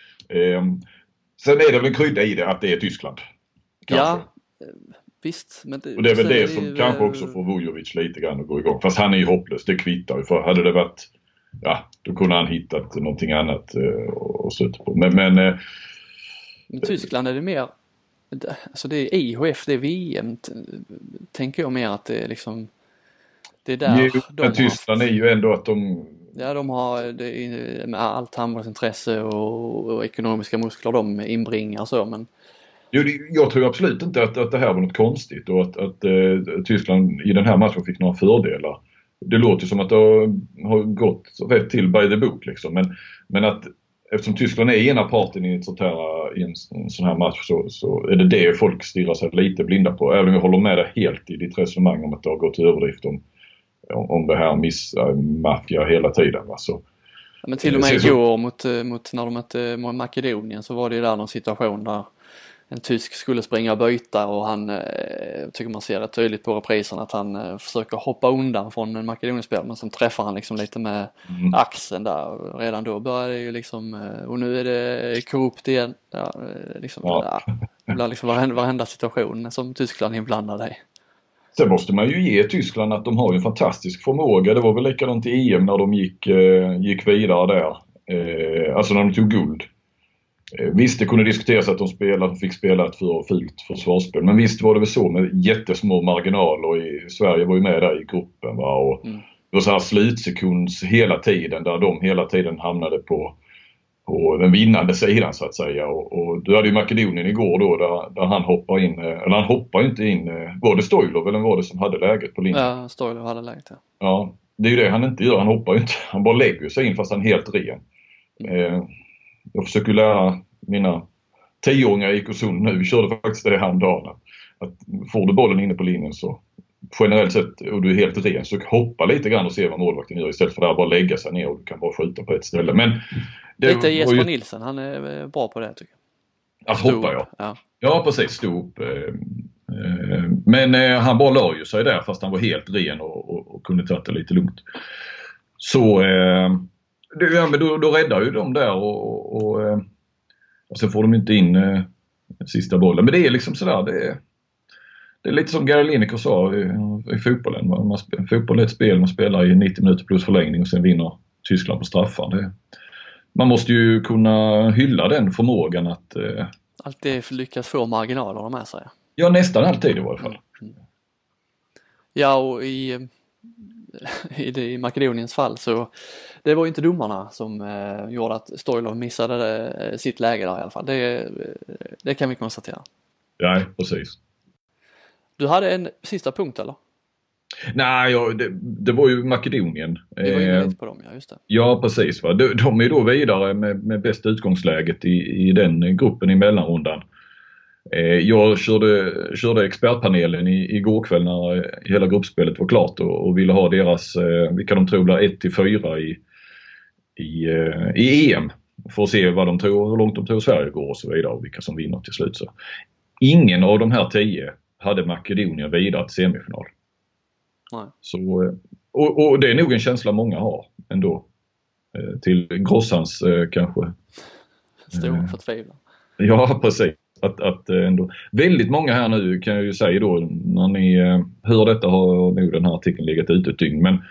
Sen är det väl en krydda i det att det är Tyskland. Kanske. Ja, visst. Men och det är väl det som kanske också får Vujovic lite grann att gå igång. Fast han är ju hopplös, det kvittar ju. För hade det varit, då kunde han hittat någonting annat och slut på. Men Tyskland är det mer, alltså det är IHF, det är VM, tänker jag mer att det är liksom, det är där men Tyskland är ju ändå att de har det med allt handbollsintresse och ekonomiska muskler de inbringar så, men jag tror absolut inte att det här var något konstigt och att Tyskland i den här matchen fick några fördelar. Det låter som att det har gått rätt till by the book liksom, men att eftersom Tyskland är ena parten i en sån här match så är det folk stirrar sig lite blinda på. Även om jag håller med dig helt i ditt resonemang om att det har gått överdrift om det här maffia hela tiden. Va? Så, men till och med igår mot när de mötte Makedonien så var det ju där någon situation där en tysk skulle springa och byta och han tycker man ser rätt tydligt på reprisen att han försöker hoppa undan från en makedonienspelare, men sen träffar han liksom lite med axeln där. Redan då börjar det ju liksom, och nu är det korrupt igen. Det blir liksom varenda situation som Tyskland är inblandad i. Sen måste man ju ge Tyskland att de har en fantastisk förmåga. Det var väl likadant i EM när de gick vidare där. Alltså när de tog guld. Visst, det kunde diskuteras att de fick spela ett för fult försvarsspel. Men visst var det väl så med jättesmå marginaler. Och Sverige var ju med där i gruppen. Va? Och det var så här slutsekunds hela tiden där de hela tiden hamnade på den vinnande sidan så att säga. Och du hade ju Makedonien igår då där han hoppar in. Eller han hoppar inte in. Var det Stoilov eller var det som hade läget på linjen? Ja, Stoilov hade läget, ja. Ja, det är ju det han inte gör. Han hoppar ju inte. Han bara lägger sig in fast han är helt ren. Jag försöker lära mina 10-åringar i Ikosund nu. Vi körde faktiskt det här dagen. Att får du bollen inne på linjen så generellt sett och du är helt ren så hoppa lite grann och se vad målvakten gör istället för att bara lägga sig ner och du kan bara skjuta på ett ställe. Men lite Jesper Nilsson, han är bra på det tycker jag. Att hoppa, ja. Ja, precis. Stå upp. Men han bara la ju sig där fast han var helt ren och kunde ta det lite lugnt. Så men då räddar ju de där och så får de inte in sista bollen. Men det är liksom sådär, det är lite som Gary Lineker sa i fotbollen. Fotboll är ett spel man spelar i 90 minuter plus förlängning och sen vinner Tyskland på straffar. Man måste ju kunna hylla den förmågan att alltid lyckas få marginaler med sig. Ja, nästan alltid i varje fall. Ja, och i Makedoniens fall så det var ju inte domarna som gjorde att Stoilov missade sitt läge där i alla fall. Det kan vi konstatera. Nej, precis. Du hade en sista punkt eller? Nej, det var ju Makedonien. Det var ju lite på dem, ja, just det. Ja, precis. Va? De är då vidare med bästa utgångsläget i den gruppen i mellanrundan. Jag körde expertpanelen igår kväll när hela gruppspelet var klart och ville ha deras, vilka de tror blir 1-4 i EM. För att se vad de tror, hur långt de tror Sverige går och så vidare och vilka som vinner till slut. Så ingen av de här 10 hade Makedonien vidare till semifinal. Nej. Så, och det är nog en känsla många har ändå. Till Grossans kanske. Stor förtvivlan. Ja, precis. Att ändå, väldigt många här nu kan jag ju säga då när ni hör detta har nog den här artikeln legat ute ett dygn, men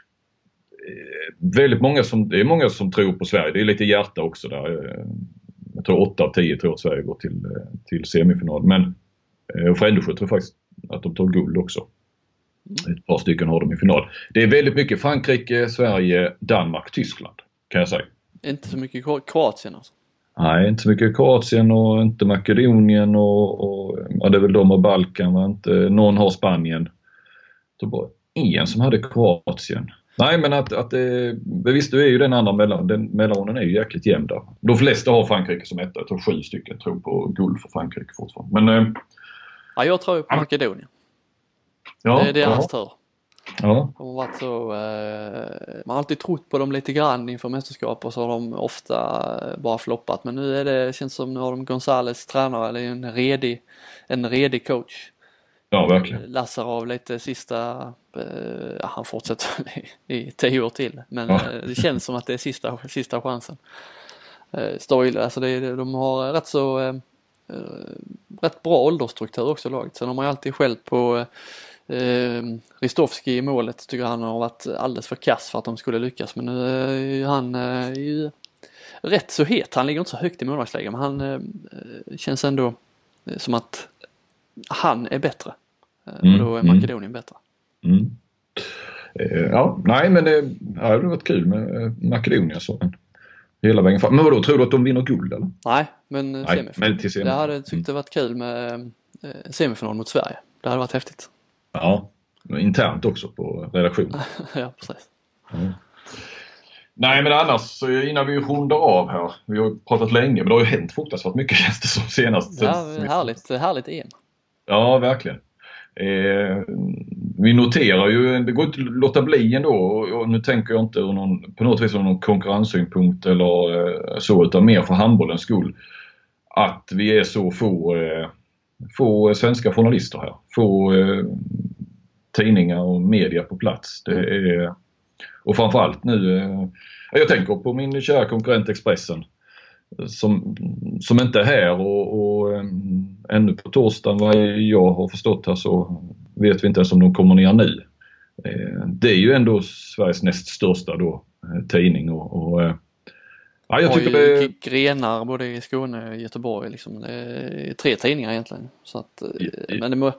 väldigt många det är många som tror på Sverige. Det är lite hjärta också där. Jag tror 8 av 10 tror att Sverige går till semifinal. Men för Ändesjö tror jag faktiskt att de tar guld också. Ett par stycken har de i final. Det är väldigt mycket Frankrike, Sverige, Danmark, Tyskland kan jag säga. Inte så mycket Kroatien alltså? Nej, inte så mycket Kroatien och inte Makedonien och det är väl de och Balkan. Va? Inte, någon har Spanien. Så bara en som hade Kroatien. Nej, men att visst, du är ju den andra mellanrunden är ju jäkligt jämn där. De flesta har Frankrike som etta. Jag tror 7 stycken tror på guld för Frankrike fortfarande. Men, ja, jag tror på Makedonien. Ja, det är deras tur. Ja. De har varit så, man har alltid trott på dem lite grann inför mästerskap och så har de ofta bara floppat. Men nu känns som nu har de Gonzales tränare, eller en redig coach. Ja, verkligen. Lassar av lite sista, han fortsätter i 10 år till. Men det känns som att det är sista chansen. Alltså de har rätt bra åldersstruktur också laget. Sen har man ju alltid skällt på Ristovski i målet, tycker han har varit alldeles för kass för att de skulle lyckas. Men nu är han ju rätt så het. Han ligger inte så högt i målvaktsläge, men han känns ändå som att han är bättre. Och då är Makedonien bättre. Ja, nej, men det har varit kul med Makedonien så hela vägen fram. Men vadå, tror du att de vinner guld eller? Nej, men semifinal. Till semifinal. Jag hade tyckt det varit kul med semifinal mot Sverige. Det hade varit häftigt. Ja, internt också på redaktionen. Ja, precis. Nej, men annars innan vi rundar av här. Vi har pratat länge, men det har ju hänt fruktansvärt mycket känns det som senast. Ja, härligt EM. Ja, verkligen. Vi noterar ju, det går inte att låta bli ändå, och nu tänker jag inte på något vis om någon konkurrenssynpunkt eller så, utan mer för handbollens skull, att vi är så få svenska journalister här, få tidningar och media på plats. Det är, och framförallt nu, jag tänker på min kära konkurrent Expressen som inte är här och ännu på torsdagen, vad jag har förstått här, så vet vi inte ens om de kommer ner nu. Det är ju ändå Sveriges näst största då, tidning och ja, jag tycker det grenar både i Skåne och Göteborg liksom. Det är 3 tidningar egentligen, så att men det må,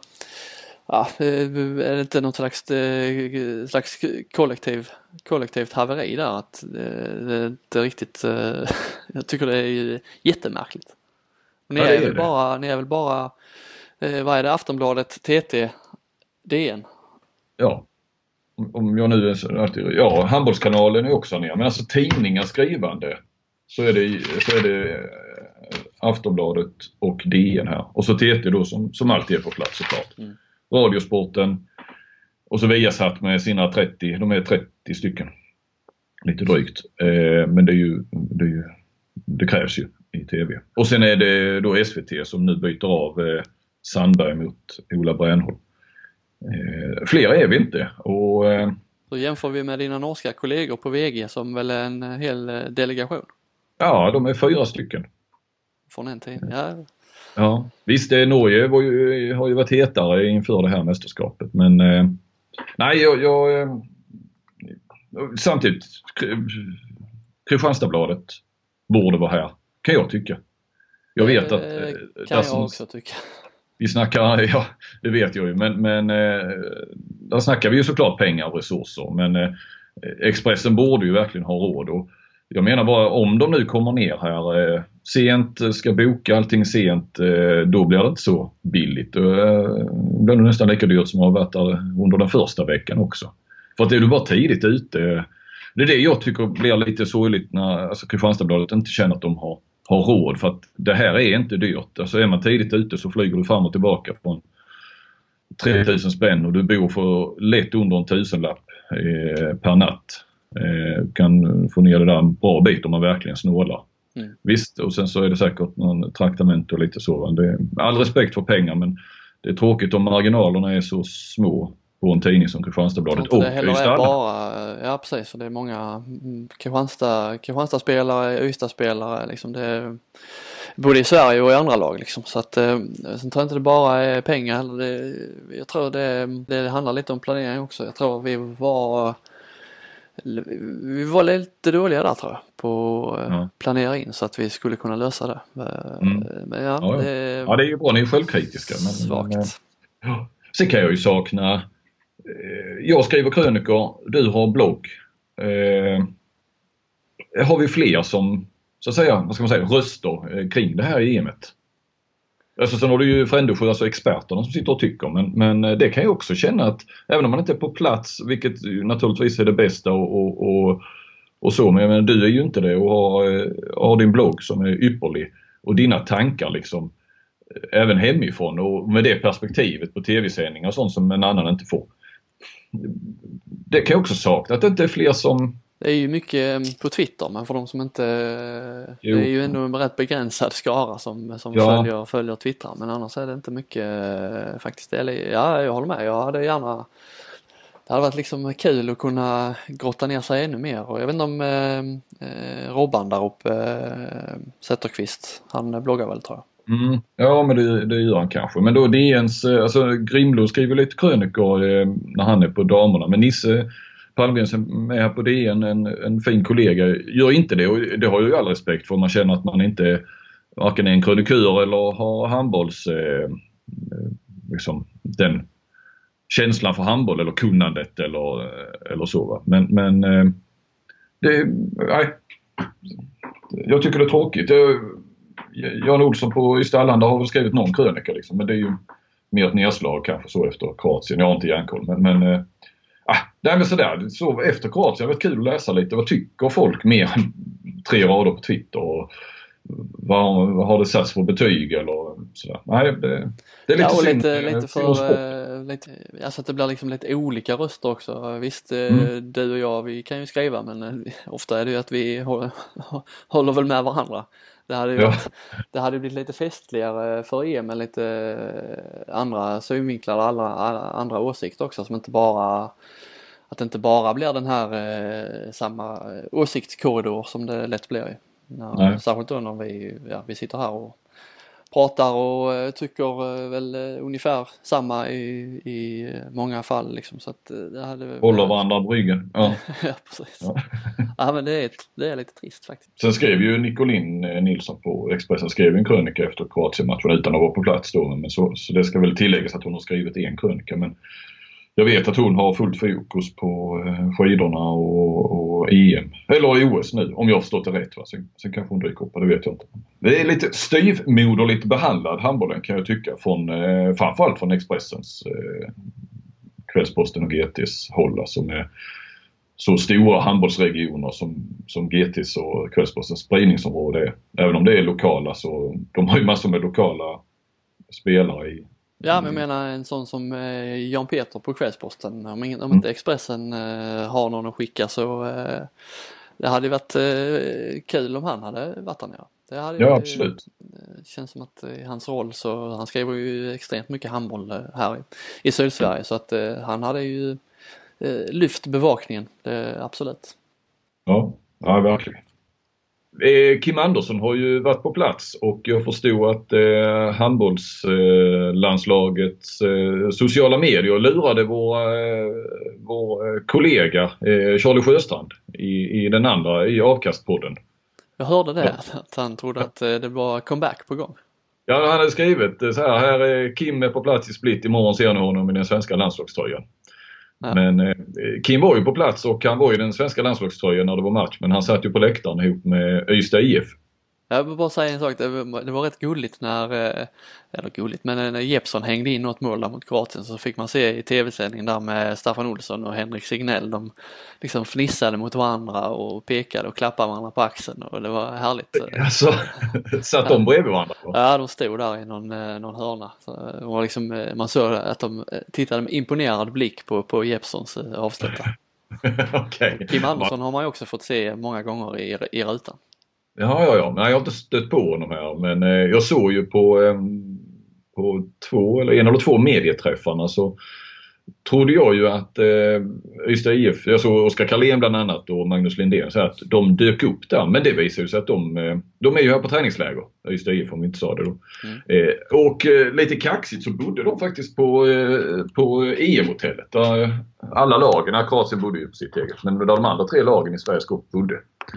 är det inte något slags kollektivt haveri där, att det är inte riktigt, jag tycker det är jättemärkligt. Ni är väl bara vad är det, Aftonbladet, TT, DN? Ja, om jag nu är Handbollskanalen är också ner, men alltså tidningar skrivande så är det Aftonbladet och DN här, och så TT då som alltid är på plats såklart. Radiosporten och så Viasat med sina 30, de är 30 stycken lite drygt, men det krävs ju i tv. Och sen är det då SVT som nu byter av Sandberg mot Ola Brännholm. Fler är vi inte. Och så jämför vi med dina norska kollegor på VG som väl är en hel delegation. Ja, de är 4 stycken. Från en tid. Ja, visst, Norge har ju varit hetare inför det här mästerskapet, men nej, jag samtidigt Kristianstadsbladet borde vara här, kan jag tycka. Jag vet att kan jag också tycka. Vi snackar, ja, det vet jag ju, men där snackar vi ju såklart pengar och resurser, men Expressen borde ju verkligen ha råd, och jag menar bara, om de nu kommer ner här sent, ska boka allting sent, då blir det inte så billigt. Då blir det nästan lika dyrt som har varit där under den första veckan också. För att är du bara tidigt ute, det är det jag tycker blir lite sorgligt när Kristianstadsbladet inte känner att de har råd, för att det här är inte dyrt. Alltså är man tidigt ute så flyger du fram och tillbaka från 3000 spänn och du bor för lätt under en 1000-lapp per natt. Kan få ner det där en bra bit om man verkligen snålar. Visst, och sen så är det säkert någon traktament och lite så. Det är all respekt för pengar, men det är tråkigt om marginalerna är så små på en tidning som Kristianstadsbladet och Ystad. Ja, precis, så det är många Kristianstadsspelare, Ystadspelare liksom, det är både i Sverige och i andra lag liksom, så att sen tror jag inte det bara är pengar, jag tror det handlar lite om planering också. Jag tror vi var Vi var lite dåliga där tror jag på planera in så att vi skulle kunna lösa det. Men det är ju bra, ni är självkritiska. Men, svagt. Sen kan jag ju sakna, jag skriver krönikor, du har blogg. Har vi fler som, så att säga, vad ska man säga, röster kring det här EM:et? Alltså sen har du ju Frändesjö, alltså experterna som sitter och tycker, men det kan jag också känna att även om man inte är på plats, vilket naturligtvis är det bästa och så, men du är ju inte det och har din blogg som är ypperlig och dina tankar liksom även hemifrån och med det perspektivet på tv-sändningar och sånt som en annan inte får. Det kan jag också sakna, att det inte är fler som... Det är ju mycket på Twitter, men för de som inte... Det är ju ändå en rätt begränsad skara som följer Twitter, men annars är det inte mycket faktiskt. Ja, jag håller med. Jag hade gärna... Det hade varit liksom kul att kunna grotta ner sig ännu mer. Och jag vet inte om Robban där uppe, Zetterqvist, han bloggar väl tror jag. Ja, men det gör han kanske. Men då DNs, alltså Grimlo skriver lite krönikor när han är på damerna. Men Nisse Palmgren som är här på DN, en fin kollega, gör inte det. Och det har jag ju all respekt för. Man känner att man inte varken är en krönikör eller har handbolls liksom den känslan för handboll eller kunnandet eller så va. Men det nej, jag tycker det är tråkigt. Jan Olsson på Istallanda har väl skrivit någon krönika liksom, men det är ju mer ett nedslag kanske så efter Kroatien. Jag har inte järnkoll, men det är med sådär. Så efter Kroatien har det varit kul att läsa lite. Vad tycker folk mer än 3 rader på Twitter och vad har det satts för betyg eller sådär. Nej, det är lite synd. Lite alltså att det blir liksom lite olika röster också. Visst, du och jag, vi kan ju skriva, men ofta är det ju att vi håller väl med varandra. Det hade blivit lite festligare för EM med lite andra synvinklar och andra åsikter också, som inte bara att det inte bara blir den här samma åsiktskorridor som det lätt blir. Särskilt då när vi sitter här och pratar och tycker väl ungefär samma i många fall liksom, så att det hade håller varandra på ryggen. Ja, ja precis. Ja, men det är lite trist faktiskt. Sen skrev ju Nicolin Nilsson på Expressen en krönika efter Kroatien-matchen utan att vara på plats då, men så det ska väl tilläggas att hon har skrivit en krönika, men jag vet att hon har fullt fokus på skidorna och EM. Eller OS nu, om jag har förstått det rätt. Va? Sen kanske hon dyker upp, det vet jag inte. Det är lite styvmoderligt behandlad handbollen kan jag tycka. Framförallt från Expressens, Kvällsposten och GTs håll. Som är så stora handbollsregioner som GTs och Kvällspostens spridningsområde är. Även om det är lokala, så de har ju massor med lokala spelare i. Ja, men jag menar en sån som Jan Peter på Kvällsposten. Om inte Expressen har någon att skicka, så det hade varit kul om han hade varit där nere. Det hade absolut. Känns som att i hans roll, så han skriver ju extremt mycket handboll här i Sydsverige, så att han hade ju lyft bevakningen, absolut. Ja, verkligen. Kim Andersson har ju varit på plats och jag förstod att handbollslandslagets sociala medier lurade vår kollega Charlie Sjöstrand i den andra, i Avkastpodden. Jag hörde det, att han trodde att det var comeback på gång. Ja, han hade skrivit så här är Kim är på plats i Split, imorgon ser ni honom i den svenska landslagströjan. Ja. Men Kim var ju på plats och han var i den svenska landslagströjan när det var match, men han satt ju på läktaren ihop med Ystad IF. Jag vill bara säga en sak, det var rätt gulligt när Jeppsson hängde in något mål där mot Kroatien, så fick man se i tv-sändningen där med Staffan Olsson och Henrik Signell, de liksom fnissade mot varandra och pekade och klappade varandra på axeln, och det var härligt. Alltså, satt de bredvid varandra? Ja, de stod där i någon hörna. Så det var liksom, man såg att de tittade med imponerad blick på Jeppssons avslutare. Okay. Kim Andersson har man ju också fått se många gånger i rutan. Ja. Men jag har inte stött på honom här. Men jag såg ju på en eller två medieträffarna så trodde jag ju att Ystad IF, jag såg Oskar Karlén bland annat och Magnus Lindén, så att de dök upp där. Men det visar ju sig att de är ju här på träningsläger, Ystad IF om vi inte sa det då. Och lite kaxigt så bodde de faktiskt på EM-hotellet. Där alla lagen, Kroatien bodde ju på sitt eget, men där de andra 3 lagen i Sveriges cup bodde.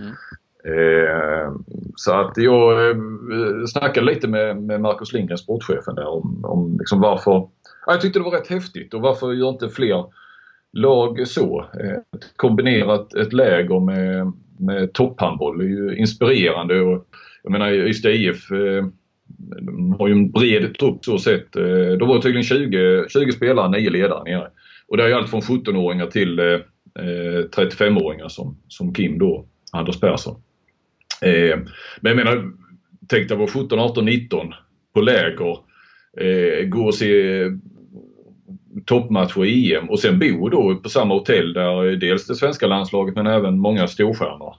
Så att jag snackade lite med Marcus Lindgren, sportchefen där, om liksom varför. Jag tyckte det var rätt häftigt, och varför gör inte fler lag så? Kombinerat ett läger med topphandboll är ju inspirerande, och jag menar Ystad IF har ju en bred trupp så sett. Då var det tydligen 20 spelare, 9 ledare nere. Och det är ju allt från 17-åringar till 35-åringar som Kim då, Anders Persson. Men jag menar, tänkte jag var 17, 18, 19 på läger, gå och se toppmatcher i EM och sen bo då på samma hotell där dels det svenska landslaget men även många storstjärnor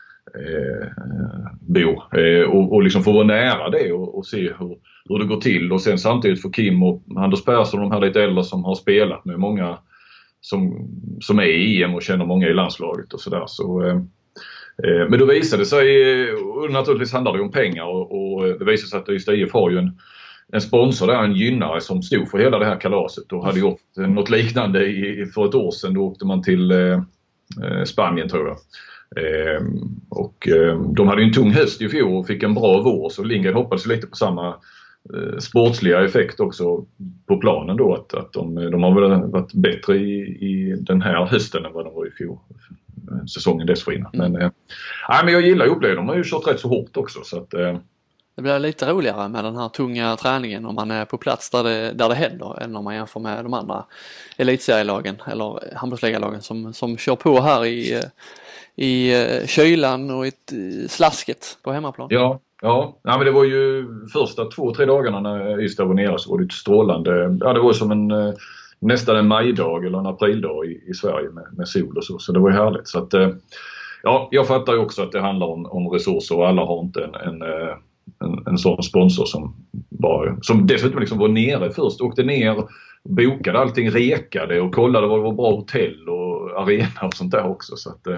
bor, och liksom få vara nära det och se hur det går till, och sen samtidigt för Kim och Anders Persson, de här lite äldre som har spelat med många som är i EM och känner många i landslaget och sådär. Men då visade det sig, och naturligtvis handlar det om pengar, och det visade sig att Ystad IF har ju en sponsor där, en gynnare som stod för hela det här kalaset och hade gjort något liknande för ett år sedan. Då åkte man till Spanien, tror jag. Och de hade ju en tung höst i fjol och fick en bra vår, så Lindgren hoppades lite på samma sportsliga effekt också på planen då, att de har väl varit bättre i den här hösten än vad de var i fjol, säsongen dessförinnan. Men jag gillar ju det. De har ju kört rätt så hårt också, så att det blir lite roligare med den här tunga träningen om man är på plats där det händer, än om man jämför med de andra elitserielagen eller handbollsligalagen som kör på här i kylan och i slasket på hemmaplan. Ja, men det var ju första 2-3 dagarna när Ystad var nere, så var det ett strålande, det var som nästan en majdag eller en aprildag i Sverige med sol och så det var ju härligt. Så att jag fattar ju också att det handlar om resurser, och alla har inte en sån sponsor som dessutom liksom var nere först, åkte ner, bokade allting, rekade och kollade vad det var bra hotell och arena och sånt där också, så att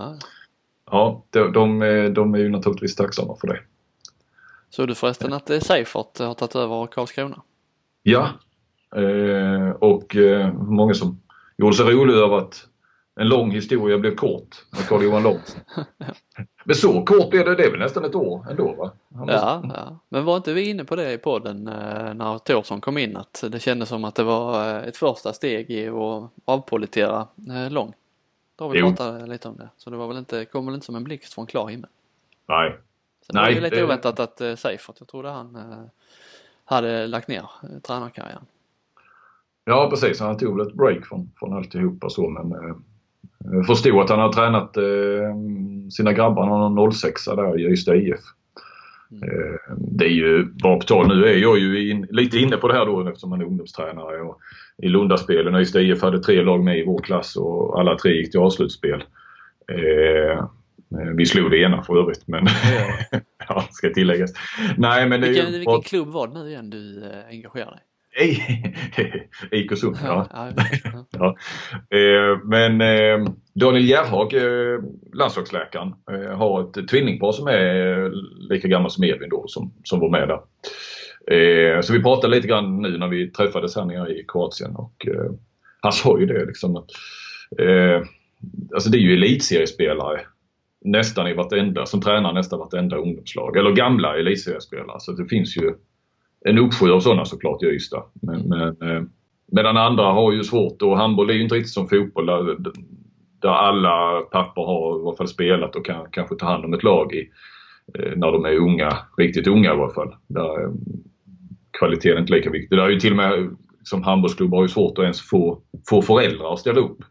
de är ju naturligtvis tacksamma för det. Så du förresten att Seifert har tagit över Karlskrona? Ja, och många som gjorde sig roliga över att en lång historia blev kort med Carl-Johan Långsson. Men så kort blev det är väl nästan ett år ändå, va? Ja. Men var inte vi inne på det i podden när Thorsson kom in, att det kändes som att det var ett första steg i att avpolitera Lång? Då har vi pratat lite om det. Så det var kom väl inte som en blixt från klar himmel. Nej. Sen var det ju lite oväntat att Seifert, jag trodde han hade lagt ner tränarkarriären. Ja, precis. Han tog väl ett break från alltihopa så, men förstod att han har tränat sina grabbar, någon 06 där i Ystad IF. Det är ju bara på tal, nu är jag ju lite inne på det här då, eftersom man är ungdomstränare, och i Lundaspelen Ystad IF hade 3 lag med i vår klass och alla 3 gick till avslutspel. Vi slog det ena för övrigt, men ja, ska tilläggas. Nej, men vilken klubb var det nu igen du engagerade dig? IK Sund, ja. Men Daniel Järhag, landslagsläkaren, har ett tvillingpar som är lika gammal som Edvin då, som var med där. Så vi pratade lite grann nu när vi träffades här nere i Kroatien, och han sa ju det liksom att alltså det är ju elitseriespelare nästan i vartenda, som tränar nästan vartenda ungdomslag, eller gamla elitseriespelare, så det finns ju en uppsjö av sådana såklart i Ystad. Medan andra har ju svårt, och handboll är ju inte riktigt som fotboll där alla pappor har i alla fall spelat och kan kanske ta hand om ett lag när de är unga, riktigt unga i alla fall. Där kvaliteten är inte lika viktig. Det är ju till och med som handbollsklubbar har ju svårt att ens få föräldrar att ställa upp.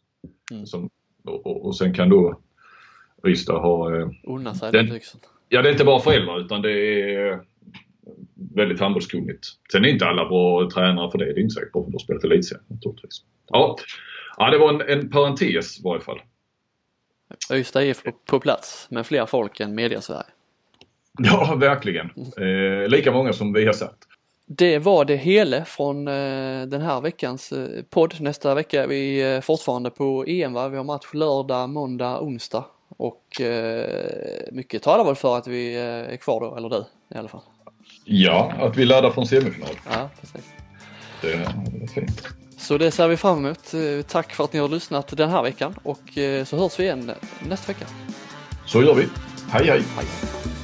Och sen kan då Ystad ha unna sig den lyxen. Ja, det är inte bara föräldrar, utan det är väldigt handbollskunnigt. Sen är inte alla bra tränare för det. Det är inte säkert på, för då spelar elitserien naturligtvis. Ja, det var en parentes i varje fall. Ystad IF på plats med fler folk än Media Sverige. Ja, verkligen. Lika många som vi har sett. Det var det hela från den här veckans podd. Nästa vecka är vi fortfarande på EM, va? Vi har match lördag, måndag, onsdag. Och mycket talar väl för att vi är kvar då, eller du i alla fall. Ja, att vi laddar från semifinal. Ja, precis. Det är fint. Så det ser vi fram emot. Tack för att ni har lyssnat den här veckan och så hörs vi igen nästa vecka. Så gör vi. Hej hej. Hej.